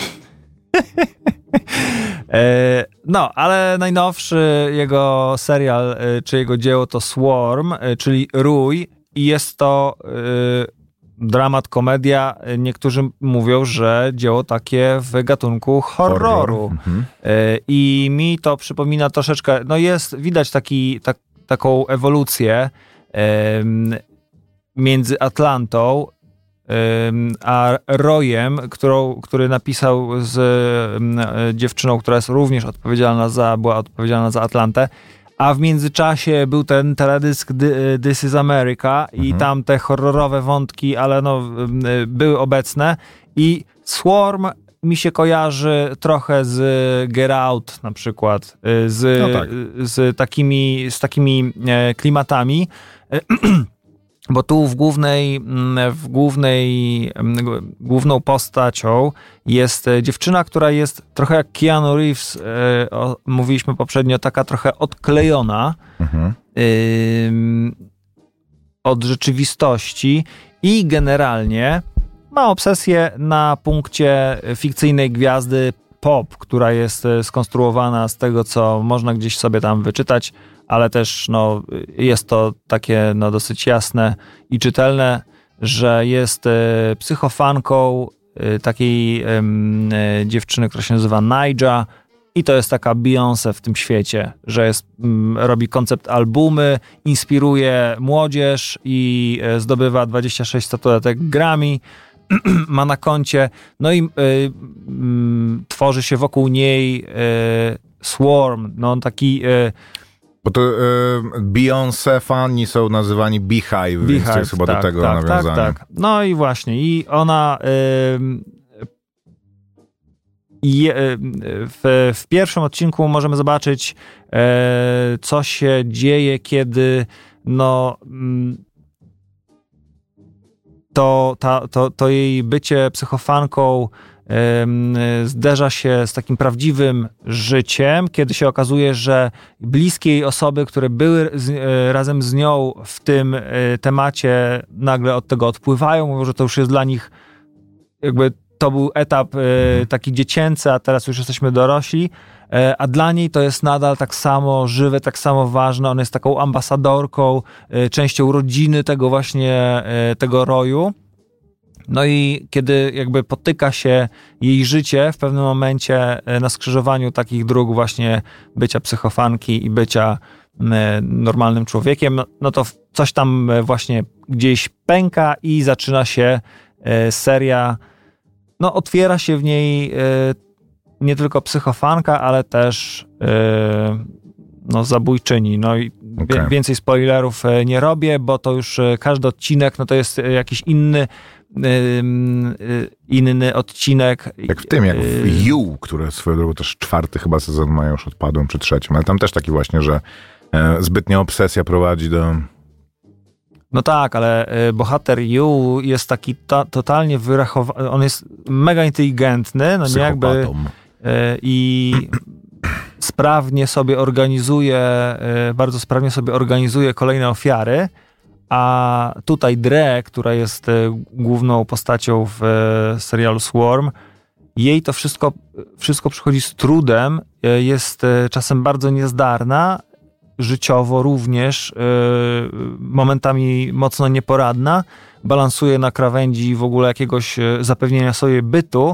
e, no, ale najnowszy jego serial, e, czy jego dzieło to Swarm, e, czyli Rój, i jest to e, dramat, komedia. Niektórzy mówią, że dzieło takie w gatunku horroru. Horror. Mhm. E, I mi to przypomina troszeczkę, no jest, widać taki, tak, taką ewolucję e, między Atlantą ym, a Royem, którą, który napisał z y, dziewczyną, która jest również odpowiedzialna za, była odpowiedzialna za Atlantę, a w międzyczasie był ten teledysk This is America i mhm. tam te horrorowe wątki, ale no y, były obecne i Swarm mi się kojarzy trochę z Get Out na przykład, y, z, no tak. z takimi, z takimi e, klimatami. Bo tu w głównej, w głównej, główną postacią jest dziewczyna, która jest trochę jak Keanu Reeves, e, o, mówiliśmy poprzednio, taka trochę odklejona Mhm. y, od rzeczywistości i generalnie ma obsesję na punkcie fikcyjnej gwiazdy pop, która jest skonstruowana z tego, co można gdzieś sobie tam wyczytać, ale też no, jest to takie no, dosyć jasne i czytelne, że jest e, psychofanką e, takiej e, dziewczyny, która się nazywa Naija i to jest taka Beyoncé w tym świecie, że jest, m, robi koncept albumy, inspiruje młodzież i e, zdobywa dwadzieścia sześć statuetek Grammy, ma na koncie, no i e, m, tworzy się wokół niej e, Swarm, no taki e, Bo to y, Beyoncé fani są nazywani Beehive, więc to jest chyba tak, do tego tak, nawiązanie. Tak, tak. No i właśnie, i ona y, je, y, w, w pierwszym odcinku możemy zobaczyć, y, co się dzieje, kiedy no y, to, ta, to, to jej bycie psychofanką zderza się z takim prawdziwym życiem, kiedy się okazuje, że bliskie osoby, które były z, razem z nią w tym temacie, nagle od tego odpływają, mówią, że to już jest dla nich jakby to był etap taki dziecięcy, a teraz już jesteśmy dorośli, a dla niej to jest nadal tak samo żywe, tak samo ważne. Ona jest taką ambasadorką, częścią rodziny tego właśnie, tego roju. No i kiedy jakby potyka się jej życie w pewnym momencie na skrzyżowaniu takich dróg właśnie bycia psychofanki i bycia normalnym człowiekiem, no to coś tam właśnie gdzieś pęka i zaczyna się seria, no otwiera się w niej nie tylko psychofanka, ale też no zabójczyni. No i okay. Więcej spoilerów nie robię, bo to już każdy odcinek, no to jest jakiś inny inny odcinek. Jak w tym, jak w You, które swoją drogą też czwarty chyba sezon mają, już odpadłem przy trzecim, ale tam też taki właśnie, że zbytnia obsesja prowadzi do... No tak, ale bohater You jest taki to, totalnie wyrachowany, on jest mega inteligentny, no nie jakby i sprawnie sobie organizuje, bardzo sprawnie sobie organizuje kolejne ofiary, a tutaj Dre, która jest główną postacią w serialu Swarm, jej to wszystko, wszystko przychodzi z trudem, jest czasem bardzo niezdarna, życiowo również, momentami mocno nieporadna, balansuje na krawędzi w ogóle jakiegoś zapewnienia sobie bytu,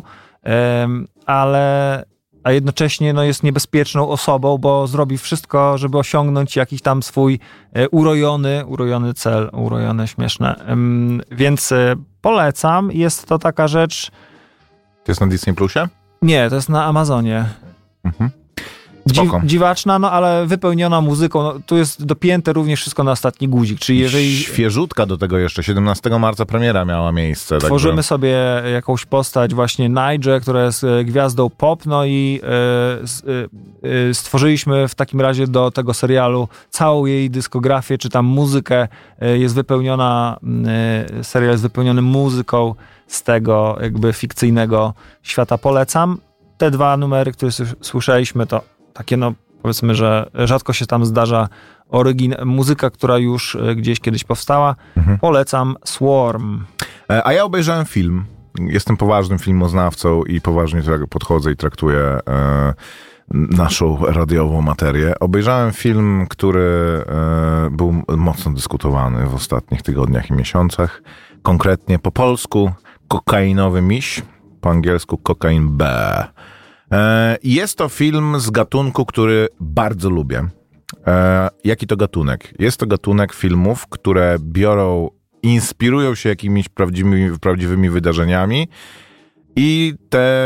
ale a jednocześnie no, jest niebezpieczną osobą, bo zrobi wszystko, żeby osiągnąć jakiś tam swój e, urojony, urojony cel, urojone, śmieszne. Ym, więc e, polecam. Jest to taka rzecz... To jest na Disney Plusie? Nie, to jest na Amazonie. Mhm. Spoko. Dziw, dziwaczna, no ale wypełniona muzyką. No, tu jest dopięte również wszystko na ostatni guzik, czyli jeżeli... Świeżutka do tego jeszcze, siedemnastego marca premiera miała miejsce. Tworzymy także... sobie jakąś postać właśnie Nige, która jest gwiazdą pop, no i y, y, y, stworzyliśmy w takim razie do tego serialu całą jej dyskografię, czy tam muzykę, y, jest wypełniona, y, serial jest wypełniony muzyką z tego jakby fikcyjnego świata. Polecam. Te dwa numery, które s- słyszeliśmy, to takie no powiedzmy, że rzadko się tam zdarza orygin- muzyka, która już y, gdzieś kiedyś powstała. Mhm. Polecam Swarm. A ja obejrzałem film. Jestem poważnym filmoznawcą i poważnie podchodzę i traktuję e, naszą radiową materię. Obejrzałem film, który e, był mocno dyskutowany w ostatnich tygodniach i miesiącach. Konkretnie po polsku Kokainowy miś, po angielsku Kokain B. E, jest to film z gatunku, który bardzo lubię. E, jaki to gatunek? Jest to gatunek filmów, które biorą, inspirują się jakimiś prawdziwymi, prawdziwymi wydarzeniami i te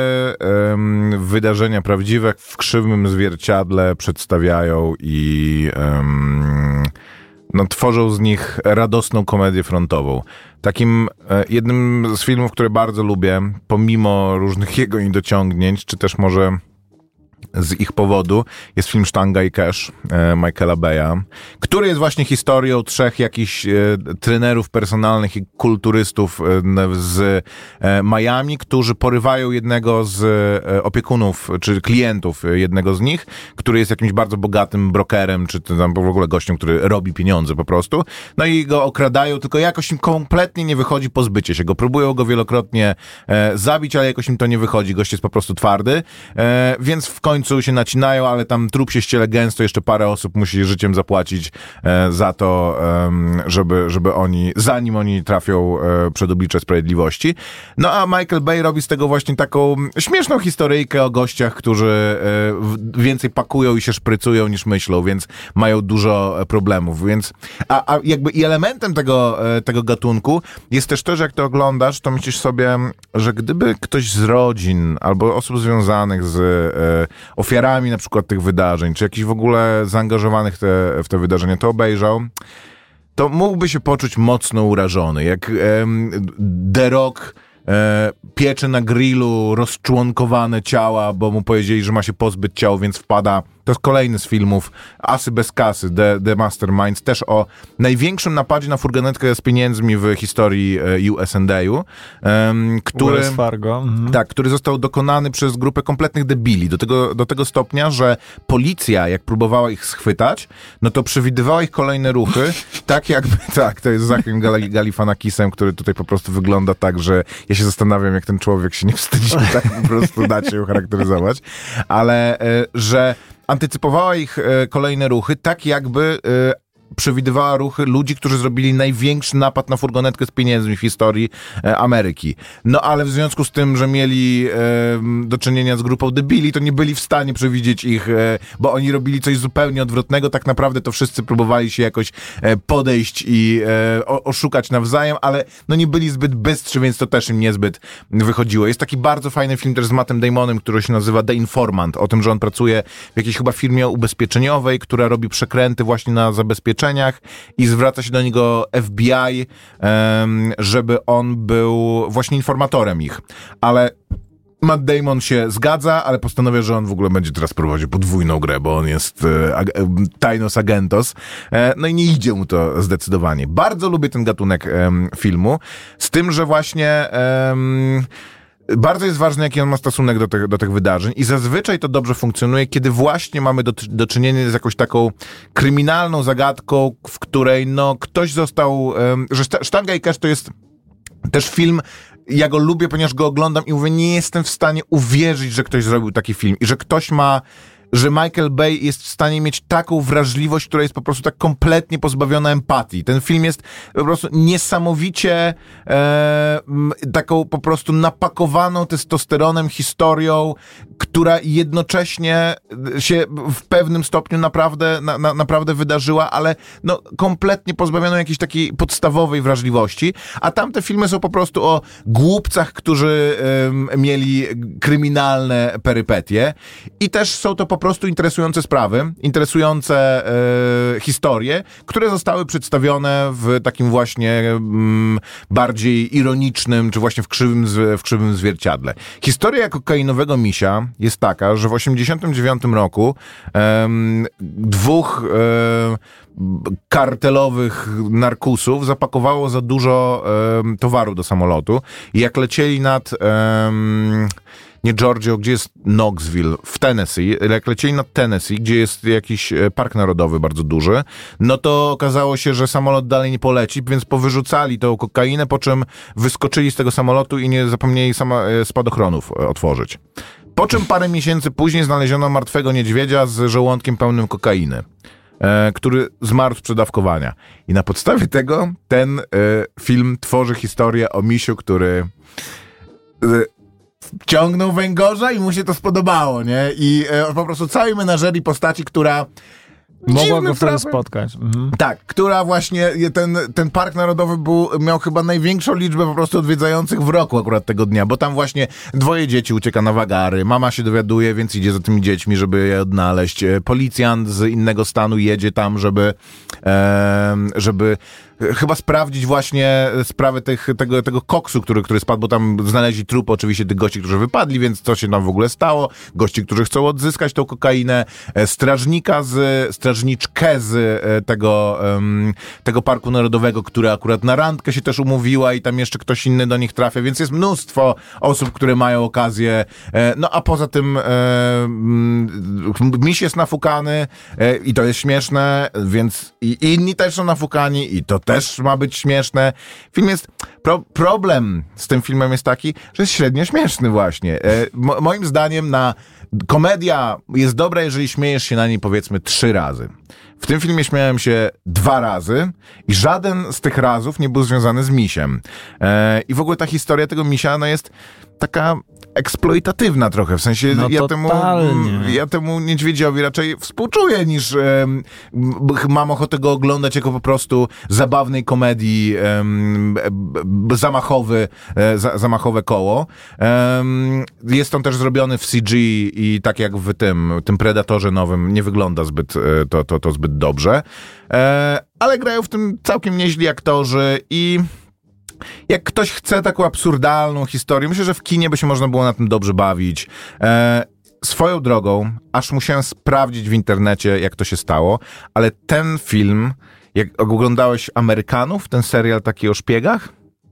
um, wydarzenia prawdziwe w krzywym zwierciadle przedstawiają i um, no, tworzą z nich radosną komedię frontową. Takim e, jednym z filmów, które bardzo lubię, pomimo różnych jego niedociągnięć, czy też może z ich powodu, jest film Sztanga i Cash e, Michaela Baya, który jest właśnie historią trzech jakichś e, trenerów personalnych i kulturystów e, z e, Miami, którzy porywają jednego z e, opiekunów, czy klientów jednego z nich, który jest jakimś bardzo bogatym brokerem, czy tam w ogóle gościem, który robi pieniądze po prostu. No i go okradają, tylko jakoś im kompletnie nie wychodzi pozbycie się go. Próbują go wielokrotnie e, zabić, ale jakoś im to nie wychodzi. Gość jest po prostu twardy, e, więc w końcu się nacinają, ale tam trup się ściele gęsto, jeszcze parę osób musi życiem zapłacić e, za to, e, żeby, żeby oni, zanim oni trafią e, przed oblicze sprawiedliwości. No a Michael Bay robi z tego właśnie taką śmieszną historyjkę o gościach, którzy e, więcej pakują i się szprycują niż myślą, więc mają dużo problemów, więc a, a jakby i elementem tego, e, tego gatunku jest też to, że jak to oglądasz, to myślisz sobie, że gdyby ktoś z rodzin albo osób związanych z e, ofiarami na przykład tych wydarzeń, czy jakichś w ogóle zaangażowanych te, w te wydarzenia, to obejrzał, to mógłby się poczuć mocno urażony. Jak em, The Rock e, piecze na grillu rozczłonkowane ciała, bo mu powiedzieli, że ma się pozbyć ciał, więc wpada. To jest kolejny z filmów Asy bez kasy, The, The Masterminds, też o największym napadzie na furgonetkę z pieniędzmi w historii U S A, um, który, Wells Fargo. Mhm. Tak, który został dokonany przez grupę kompletnych debili, do tego, do tego stopnia, że policja, jak próbowała ich schwytać, no to przewidywała ich kolejne ruchy, tak jakby, tak, to jest Zachem Galifianakisem, który tutaj po prostu wygląda tak, że ja się zastanawiam, jak ten człowiek się nie wstydzi, tak po prostu dać się ucharakteryzować, ale że antycypowała ich e, kolejne ruchy, tak jakby e, przewidywała ruchy ludzi, którzy zrobili największy napad na furgonetkę z pieniędzmi w historii e, Ameryki. No ale w związku z tym, że mieli e, do czynienia z grupą debili, to nie byli w stanie przewidzieć ich, e, bo oni robili coś zupełnie odwrotnego. Tak naprawdę to wszyscy próbowali się jakoś e, podejść i e, o, oszukać nawzajem, ale no nie byli zbyt bystrzy, więc to też im niezbyt wychodziło. Jest taki bardzo fajny film też z Mattem Damonem, który się nazywa The Informant, o tym, że on pracuje w jakiejś chyba firmie ubezpieczeniowej, która robi przekręty właśnie na zabezpieczeniach i zwraca się do niego F B I, um, żeby on był właśnie informatorem ich. Ale Matt Damon się zgadza, ale postanawia, że on w ogóle będzie teraz prowadził podwójną grę, bo on jest e, ag- tajnos agentos. E, no i nie idzie mu to zdecydowanie. Bardzo lubię ten gatunek e, filmu, z tym, że właśnie e, bardzo jest ważne, jaki on ma stosunek do, te, do tych wydarzeń i zazwyczaj to dobrze funkcjonuje, kiedy właśnie mamy do, do czynienia z jakąś taką kryminalną zagadką, w której no ktoś został, um, że Sztanga i Cash to jest też film, ja go lubię, ponieważ go oglądam i mówię, nie jestem w stanie uwierzyć, że ktoś zrobił taki film i że ktoś ma, że Michael Bay jest w stanie mieć taką wrażliwość, która jest po prostu tak kompletnie pozbawiona empatii. Ten film jest po prostu niesamowicie e, taką po prostu napakowaną testosteronem historią, która jednocześnie się w pewnym stopniu naprawdę, na, na, naprawdę wydarzyła, ale no kompletnie pozbawioną jakiejś takiej podstawowej wrażliwości. A tamte filmy są po prostu o głupcach, którzy e, mieli kryminalne perypetie. I też są to po po prostu interesujące sprawy, interesujące e, historie, które zostały przedstawione w takim właśnie mm, bardziej ironicznym, czy właśnie w krzywym, w krzywym zwierciadle. Historia kokainowego misia jest taka, że w osiemdziesiątym dziewiątym roku e, dwóch e, kartelowych narkusów zapakowało za dużo e, towaru do samolotu i jak lecieli nad e, nie Georgia, gdzie jest Knoxville, w Tennessee, jak lecieli nad Tennessee, gdzie jest jakiś park narodowy bardzo duży, no to okazało się, że samolot dalej nie poleci, więc powyrzucali tą kokainę, po czym wyskoczyli z tego samolotu i nie zapomnieli sama, spadochronów otworzyć. Po czym parę miesięcy później znaleziono martwego niedźwiedzia z żołądkiem pełnym kokainy, e, który zmarł z przedawkowania. I na podstawie tego ten e, film tworzy historię o misiu, który e, ciągnął węgorza i mu się to spodobało, nie? I e, po prostu całej menażerii postaci, która mogła go wtedy spotkać. Mhm. Tak, która właśnie, ten, ten park narodowy był, miał chyba największą liczbę po prostu odwiedzających w roku akurat tego dnia, bo tam właśnie dwoje dzieci ucieka na wagary, mama się dowiaduje, więc idzie za tymi dziećmi, żeby je odnaleźć. Policjant z innego stanu jedzie tam, żeby e, żeby chyba sprawdzić właśnie sprawę tych, tego, tego koksu, który, który spadł, bo tam znaleźli trupy oczywiście tych gości, którzy wypadli, więc co się tam w ogóle stało. Gości, którzy chcą odzyskać tą kokainę. Strażnika z, strażniczkę z tego, um, tego Parku Narodowego, która akurat na randkę się też umówiła i tam jeszcze ktoś inny do nich trafia, więc jest mnóstwo osób, które mają okazję. No a poza tym e, miś jest nafukany e, i to jest śmieszne, więc i inni też są nafukani i to też ma być śmieszne. Film jest... Pro, problem z tym filmem jest taki, że jest średnio śmieszny właśnie. E, mo, moim zdaniem na komedia jest dobra, jeżeli śmiejesz się na niej powiedzmy trzy razy. W tym filmie śmiałem się dwa razy i żaden z tych razów nie był związany z misiem. E, I w ogóle ta historia tego misia no jest taka eksploitatywna trochę, w sensie no ja, temu, ja temu niedźwiedziowi raczej współczuję niż e, mam ochotę go oglądać jako po prostu zabawnej komedii e, zamachowy, e, za, zamachowe koło. E, jest on też zrobiony w C G i tak jak w tym, tym Predatorze nowym nie wygląda zbyt e, to, to, to zbyt dobrze, e, ale grają w tym całkiem nieźli aktorzy i jak ktoś chce taką absurdalną historię, myślę, że w kinie by się można było na tym dobrze bawić. E, swoją drogą, aż musiałem sprawdzić w internecie, jak to się stało, ale ten film, jak oglądałeś Amerykanów, ten serial taki o szpiegach?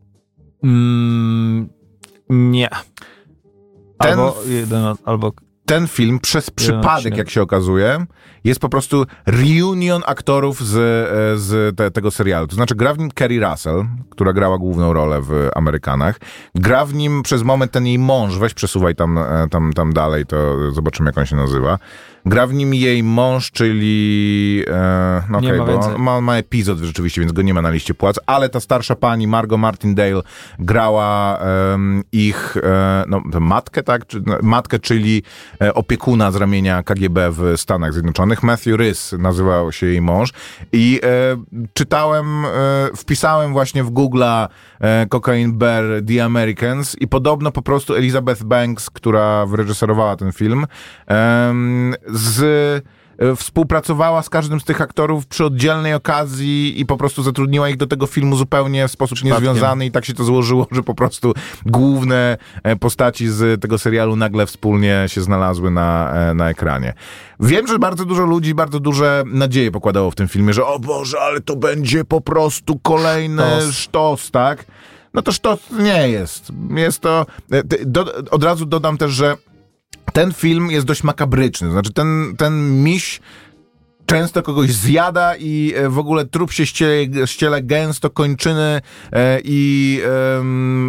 Mm, nie. Ten, albo, jeden, albo ten film przez przypadek, jak się okazuje, jest po prostu reunion aktorów z, z te, tego serialu. To znaczy gra w nim Kerry Russell, która grała główną rolę w Amerykanach. Gra w nim przez moment ten jej mąż, weź przesuwaj tam, tam, tam dalej, to zobaczymy, jak on się nazywa. Gra w nim jej mąż, czyli... E, no nie okay, ma, bo ma, ma epizod rzeczywiście, więc go nie ma na liście płac, ale ta starsza pani, Margot Martindale, grała um, ich e, no, matkę, tak? Czy, no, matkę, czyli e, opiekuna z ramienia K G B w Stanach Zjednoczonych. Matthew Rhys nazywał się jej mąż. I e, czytałem, e, wpisałem właśnie w Google'a e, Cocaine Bear The Americans i podobno po prostu Elizabeth Banks, która wyreżyserowała ten film, e, z, e, współpracowała z każdym z tych aktorów przy oddzielnej okazji i po prostu zatrudniła ich do tego filmu zupełnie w sposób niezwiązany i tak się to złożyło, że po prostu główne postaci z tego serialu nagle wspólnie się znalazły na, na ekranie. Wiem, że bardzo dużo ludzi bardzo duże nadzieje pokładało w tym filmie, że o Boże, ale to będzie po prostu kolejny sztos, sztos tak? No to sztos nie jest. Jest to... Do, od razu dodam też, że ten film jest dość makabryczny, znaczy ten, ten miś często kogoś zjada i w ogóle trup się ściele, ściele gęsto, kończyny e, i, e,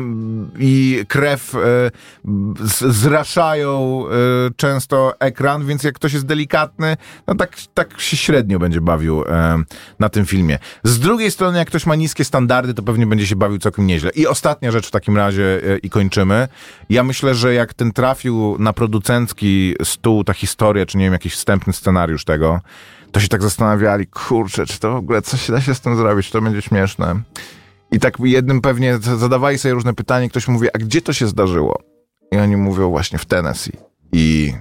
i krew e, z, zraszają e, często ekran, więc jak ktoś jest delikatny, no tak, tak się średnio będzie bawił e, na tym filmie. Z drugiej strony, jak ktoś ma niskie standardy, to pewnie będzie się bawił całkiem nieźle. I ostatnia rzecz w takim razie e, i kończymy. Ja myślę, że jak ten trafił na producencki stół, ta historia, czy nie wiem, jakiś wstępny scenariusz tego, to się tak zastanawiali, kurczę, czy to w ogóle coś się da się z tym zrobić, czy to będzie śmieszne. I tak jednym pewnie zadawali sobie różne pytania, ktoś mówi, a gdzie to się zdarzyło? I oni mówią właśnie w Tennessee. I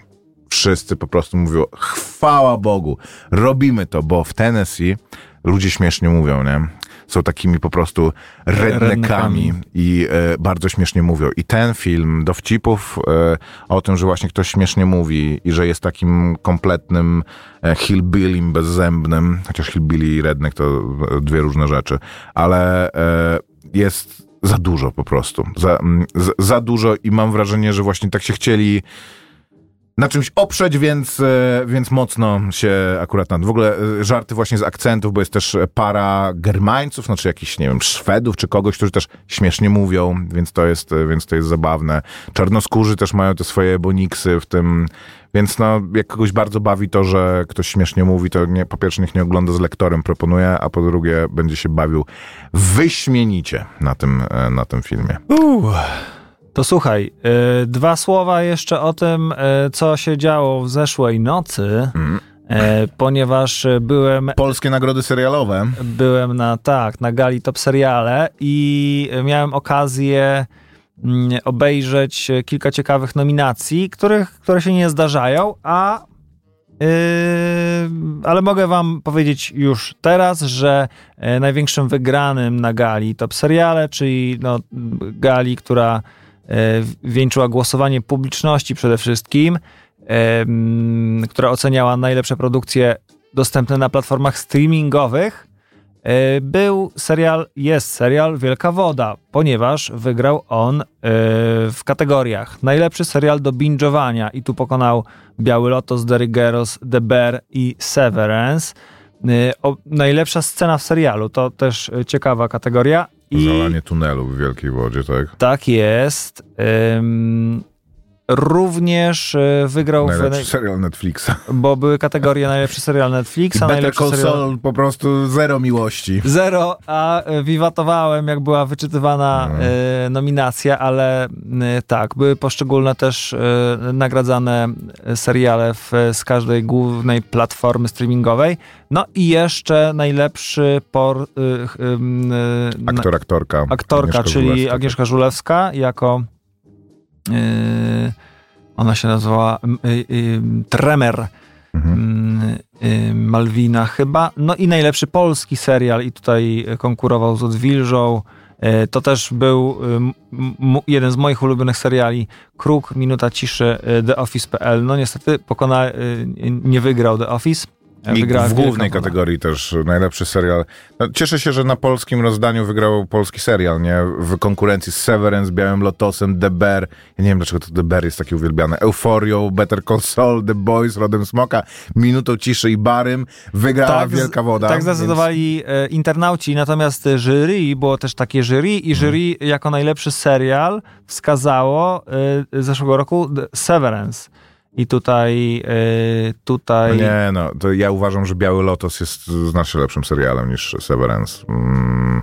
wszyscy po prostu mówią, chwała Bogu, robimy to, bo w Tennessee ludzie śmiesznie mówią, nie? Są takimi po prostu redneckami i e, bardzo śmiesznie mówią. I ten film dowcipów e, o tym, że właśnie ktoś śmiesznie mówi i że jest takim kompletnym e, hillbillym bezzębnym, chociaż hillbilly i redneck to dwie różne rzeczy, ale e, jest za dużo po prostu. Za, za, za dużo i mam wrażenie, że właśnie tak się chcieli na czymś oprzeć, więc, więc mocno się akurat nad... W ogóle żarty właśnie z akcentów, bo jest też para Germańców, znaczy jakichś, nie wiem, Szwedów czy kogoś, którzy też śmiesznie mówią, więc to jest, więc to jest zabawne. Czarnoskórzy też mają te swoje boniksy w tym, więc no, jak kogoś bardzo bawi to, że ktoś śmiesznie mówi, to nie, po pierwsze niech nie ogląda z lektorem, proponuję, a po drugie będzie się bawił wyśmienicie na tym, na tym filmie. Uuu. To słuchaj, y, dwa słowa jeszcze o tym, y, co się działo w zeszłej nocy, mm. y, ponieważ byłem... Polskie nagrody serialowe. Byłem na, tak, na gali Top Seriale i miałem okazję y, obejrzeć kilka ciekawych nominacji, których, które się nie zdarzają, a Yy, ale mogę wam powiedzieć już teraz, że y, największym wygranym na gali Top Seriale, czyli no, gali, która wieńczyła głosowanie publiczności przede wszystkim, e, która oceniała najlepsze produkcje dostępne na platformach streamingowych, e, był serial, jest serial Wielka Woda, ponieważ wygrał on e, w kategoriach najlepszy serial do binge'owania i tu pokonał Biały Lotos, Derry Girls, The Bear i Severance. E, o, najlepsza scena w serialu, to też ciekawa kategoria. I zalanie tunelu w Wielkiej Wodzie, tak? Tak jest. Ym, również wygrał... Najlepszy w, serial Netflixa. Bo były kategorie najlepszy serial Netflixa, Better najlepszy Call serial... Saul po prostu zero miłości. Zero, a wiwatowałem, jak była wyczytywana mm. y, nominacja, ale y, tak, były poszczególne też y, nagradzane seriale w, z każdej głównej platformy streamingowej. No i jeszcze najlepszy por... Y, y, y, Aktor, aktorka. Aktorka, Agnieszka czyli Żulewska. Agnieszka Żulewska jako... Yy, ona się nazywała yy, yy, Tremer mhm. yy, Malwina chyba. No i najlepszy polski serial i tutaj konkurował z Odwilżą. Yy, to też był yy, m- jeden z moich ulubionych seriali. Kruk, Minuta Ciszy, yy, The Office kropka p l. No niestety pokona, yy, nie wygrał The Office. I w głównej kategorii też najlepszy serial. No, cieszę się, że na polskim rozdaniu wygrał polski serial, nie? W konkurencji z Severance, Białym Lotosem, The Bear. Ja nie wiem, dlaczego to The Bear jest taki uwielbiany. Euforią, Better Call Saul, The Boys, Rodem Smoka, Minutą Ciszy i Barym. Wygrała tak, Wielka Woda. Tak zdecydowali więc... internauci, natomiast jury, było też takie jury i jury hmm. jako najlepszy serial wskazało y, zeszłego roku Severance. I tutaj... Yy, tutaj... No nie, no, to ja uważam, że Biały Lotos jest znacznie lepszym serialem niż Severance. Mm,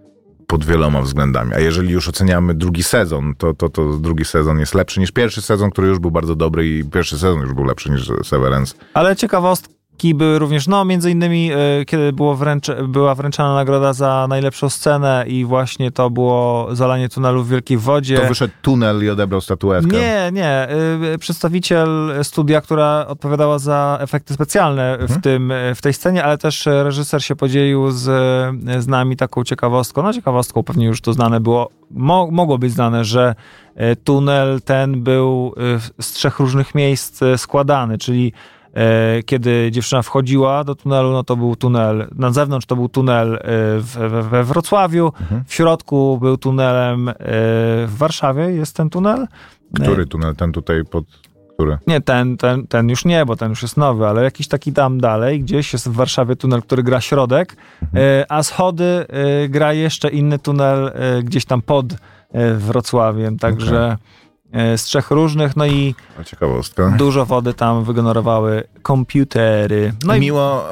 pod wieloma względami. A jeżeli już oceniamy drugi sezon, to, to, to drugi sezon jest lepszy niż pierwszy sezon, który już był bardzo dobry i pierwszy sezon już był lepszy niż Severance. Ale ciekawostki były również, no między innymi yy, kiedy było wręcz, była wręczana nagroda za najlepszą scenę i właśnie to było zalanie tunelu w Wielkiej Wodzie. To wyszedł tunel i odebrał statuetkę. Nie, nie. Yy, przedstawiciel studia, która odpowiadała za efekty specjalne w, hmm. tym, w tej scenie, ale też reżyser się podzielił z, z nami taką ciekawostką. No ciekawostką pewnie już to znane było. Mo, mogło być znane, że tunel ten był z trzech różnych miejsc składany, czyli kiedy dziewczyna wchodziła do tunelu, no to był tunel na zewnątrz, to był tunel w, we Wrocławiu, mhm. w środku był tunelem w Warszawie, jest ten tunel. Który tunel? Ten tutaj pod... Który? Nie, ten, ten, ten już nie, bo ten już jest nowy, ale jakiś taki tam dalej, gdzieś jest w Warszawie tunel, który gra środek, mhm. a schody gra jeszcze inny tunel gdzieś tam pod Wrocławiem, także okay. z trzech różnych, no i ciekawostka. Dużo wody tam wygenerowały komputery. No i miło,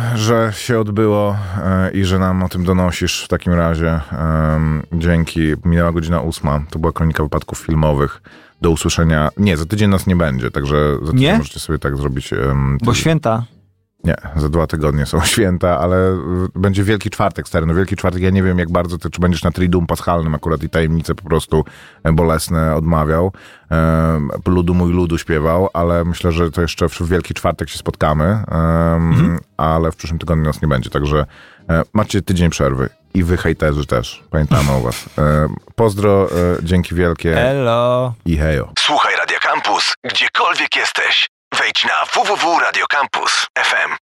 że się odbyło i że nam o tym donosisz w takim razie. Dzięki. Minęła godzina ósma. To była Kronika Wypadków Filmowych. Do usłyszenia. Nie, za tydzień nas nie będzie, także za tydzień nie? możecie sobie tak zrobić. Bo święta. Nie, za dwa tygodnie są święta, ale będzie Wielki Czwartek, stary. No Wielki Czwartek, ja nie wiem jak bardzo ty, czy będziesz na Triduum Paschalnym akurat i tajemnice po prostu bolesne odmawiał. Um, ludu mój ludu śpiewał, ale myślę, że to jeszcze w Wielki Czwartek się spotkamy, um, mhm. ale w przyszłym tygodniu nas nie będzie, także um, macie tydzień przerwy i wy hejterzy też. Pamiętamy o was. Um, pozdro, um, dzięki wielkie. Hello. I hejo. Słuchaj Radio Campus, gdziekolwiek jesteś. Wejdź na w w w kropka radio campus kropka f m.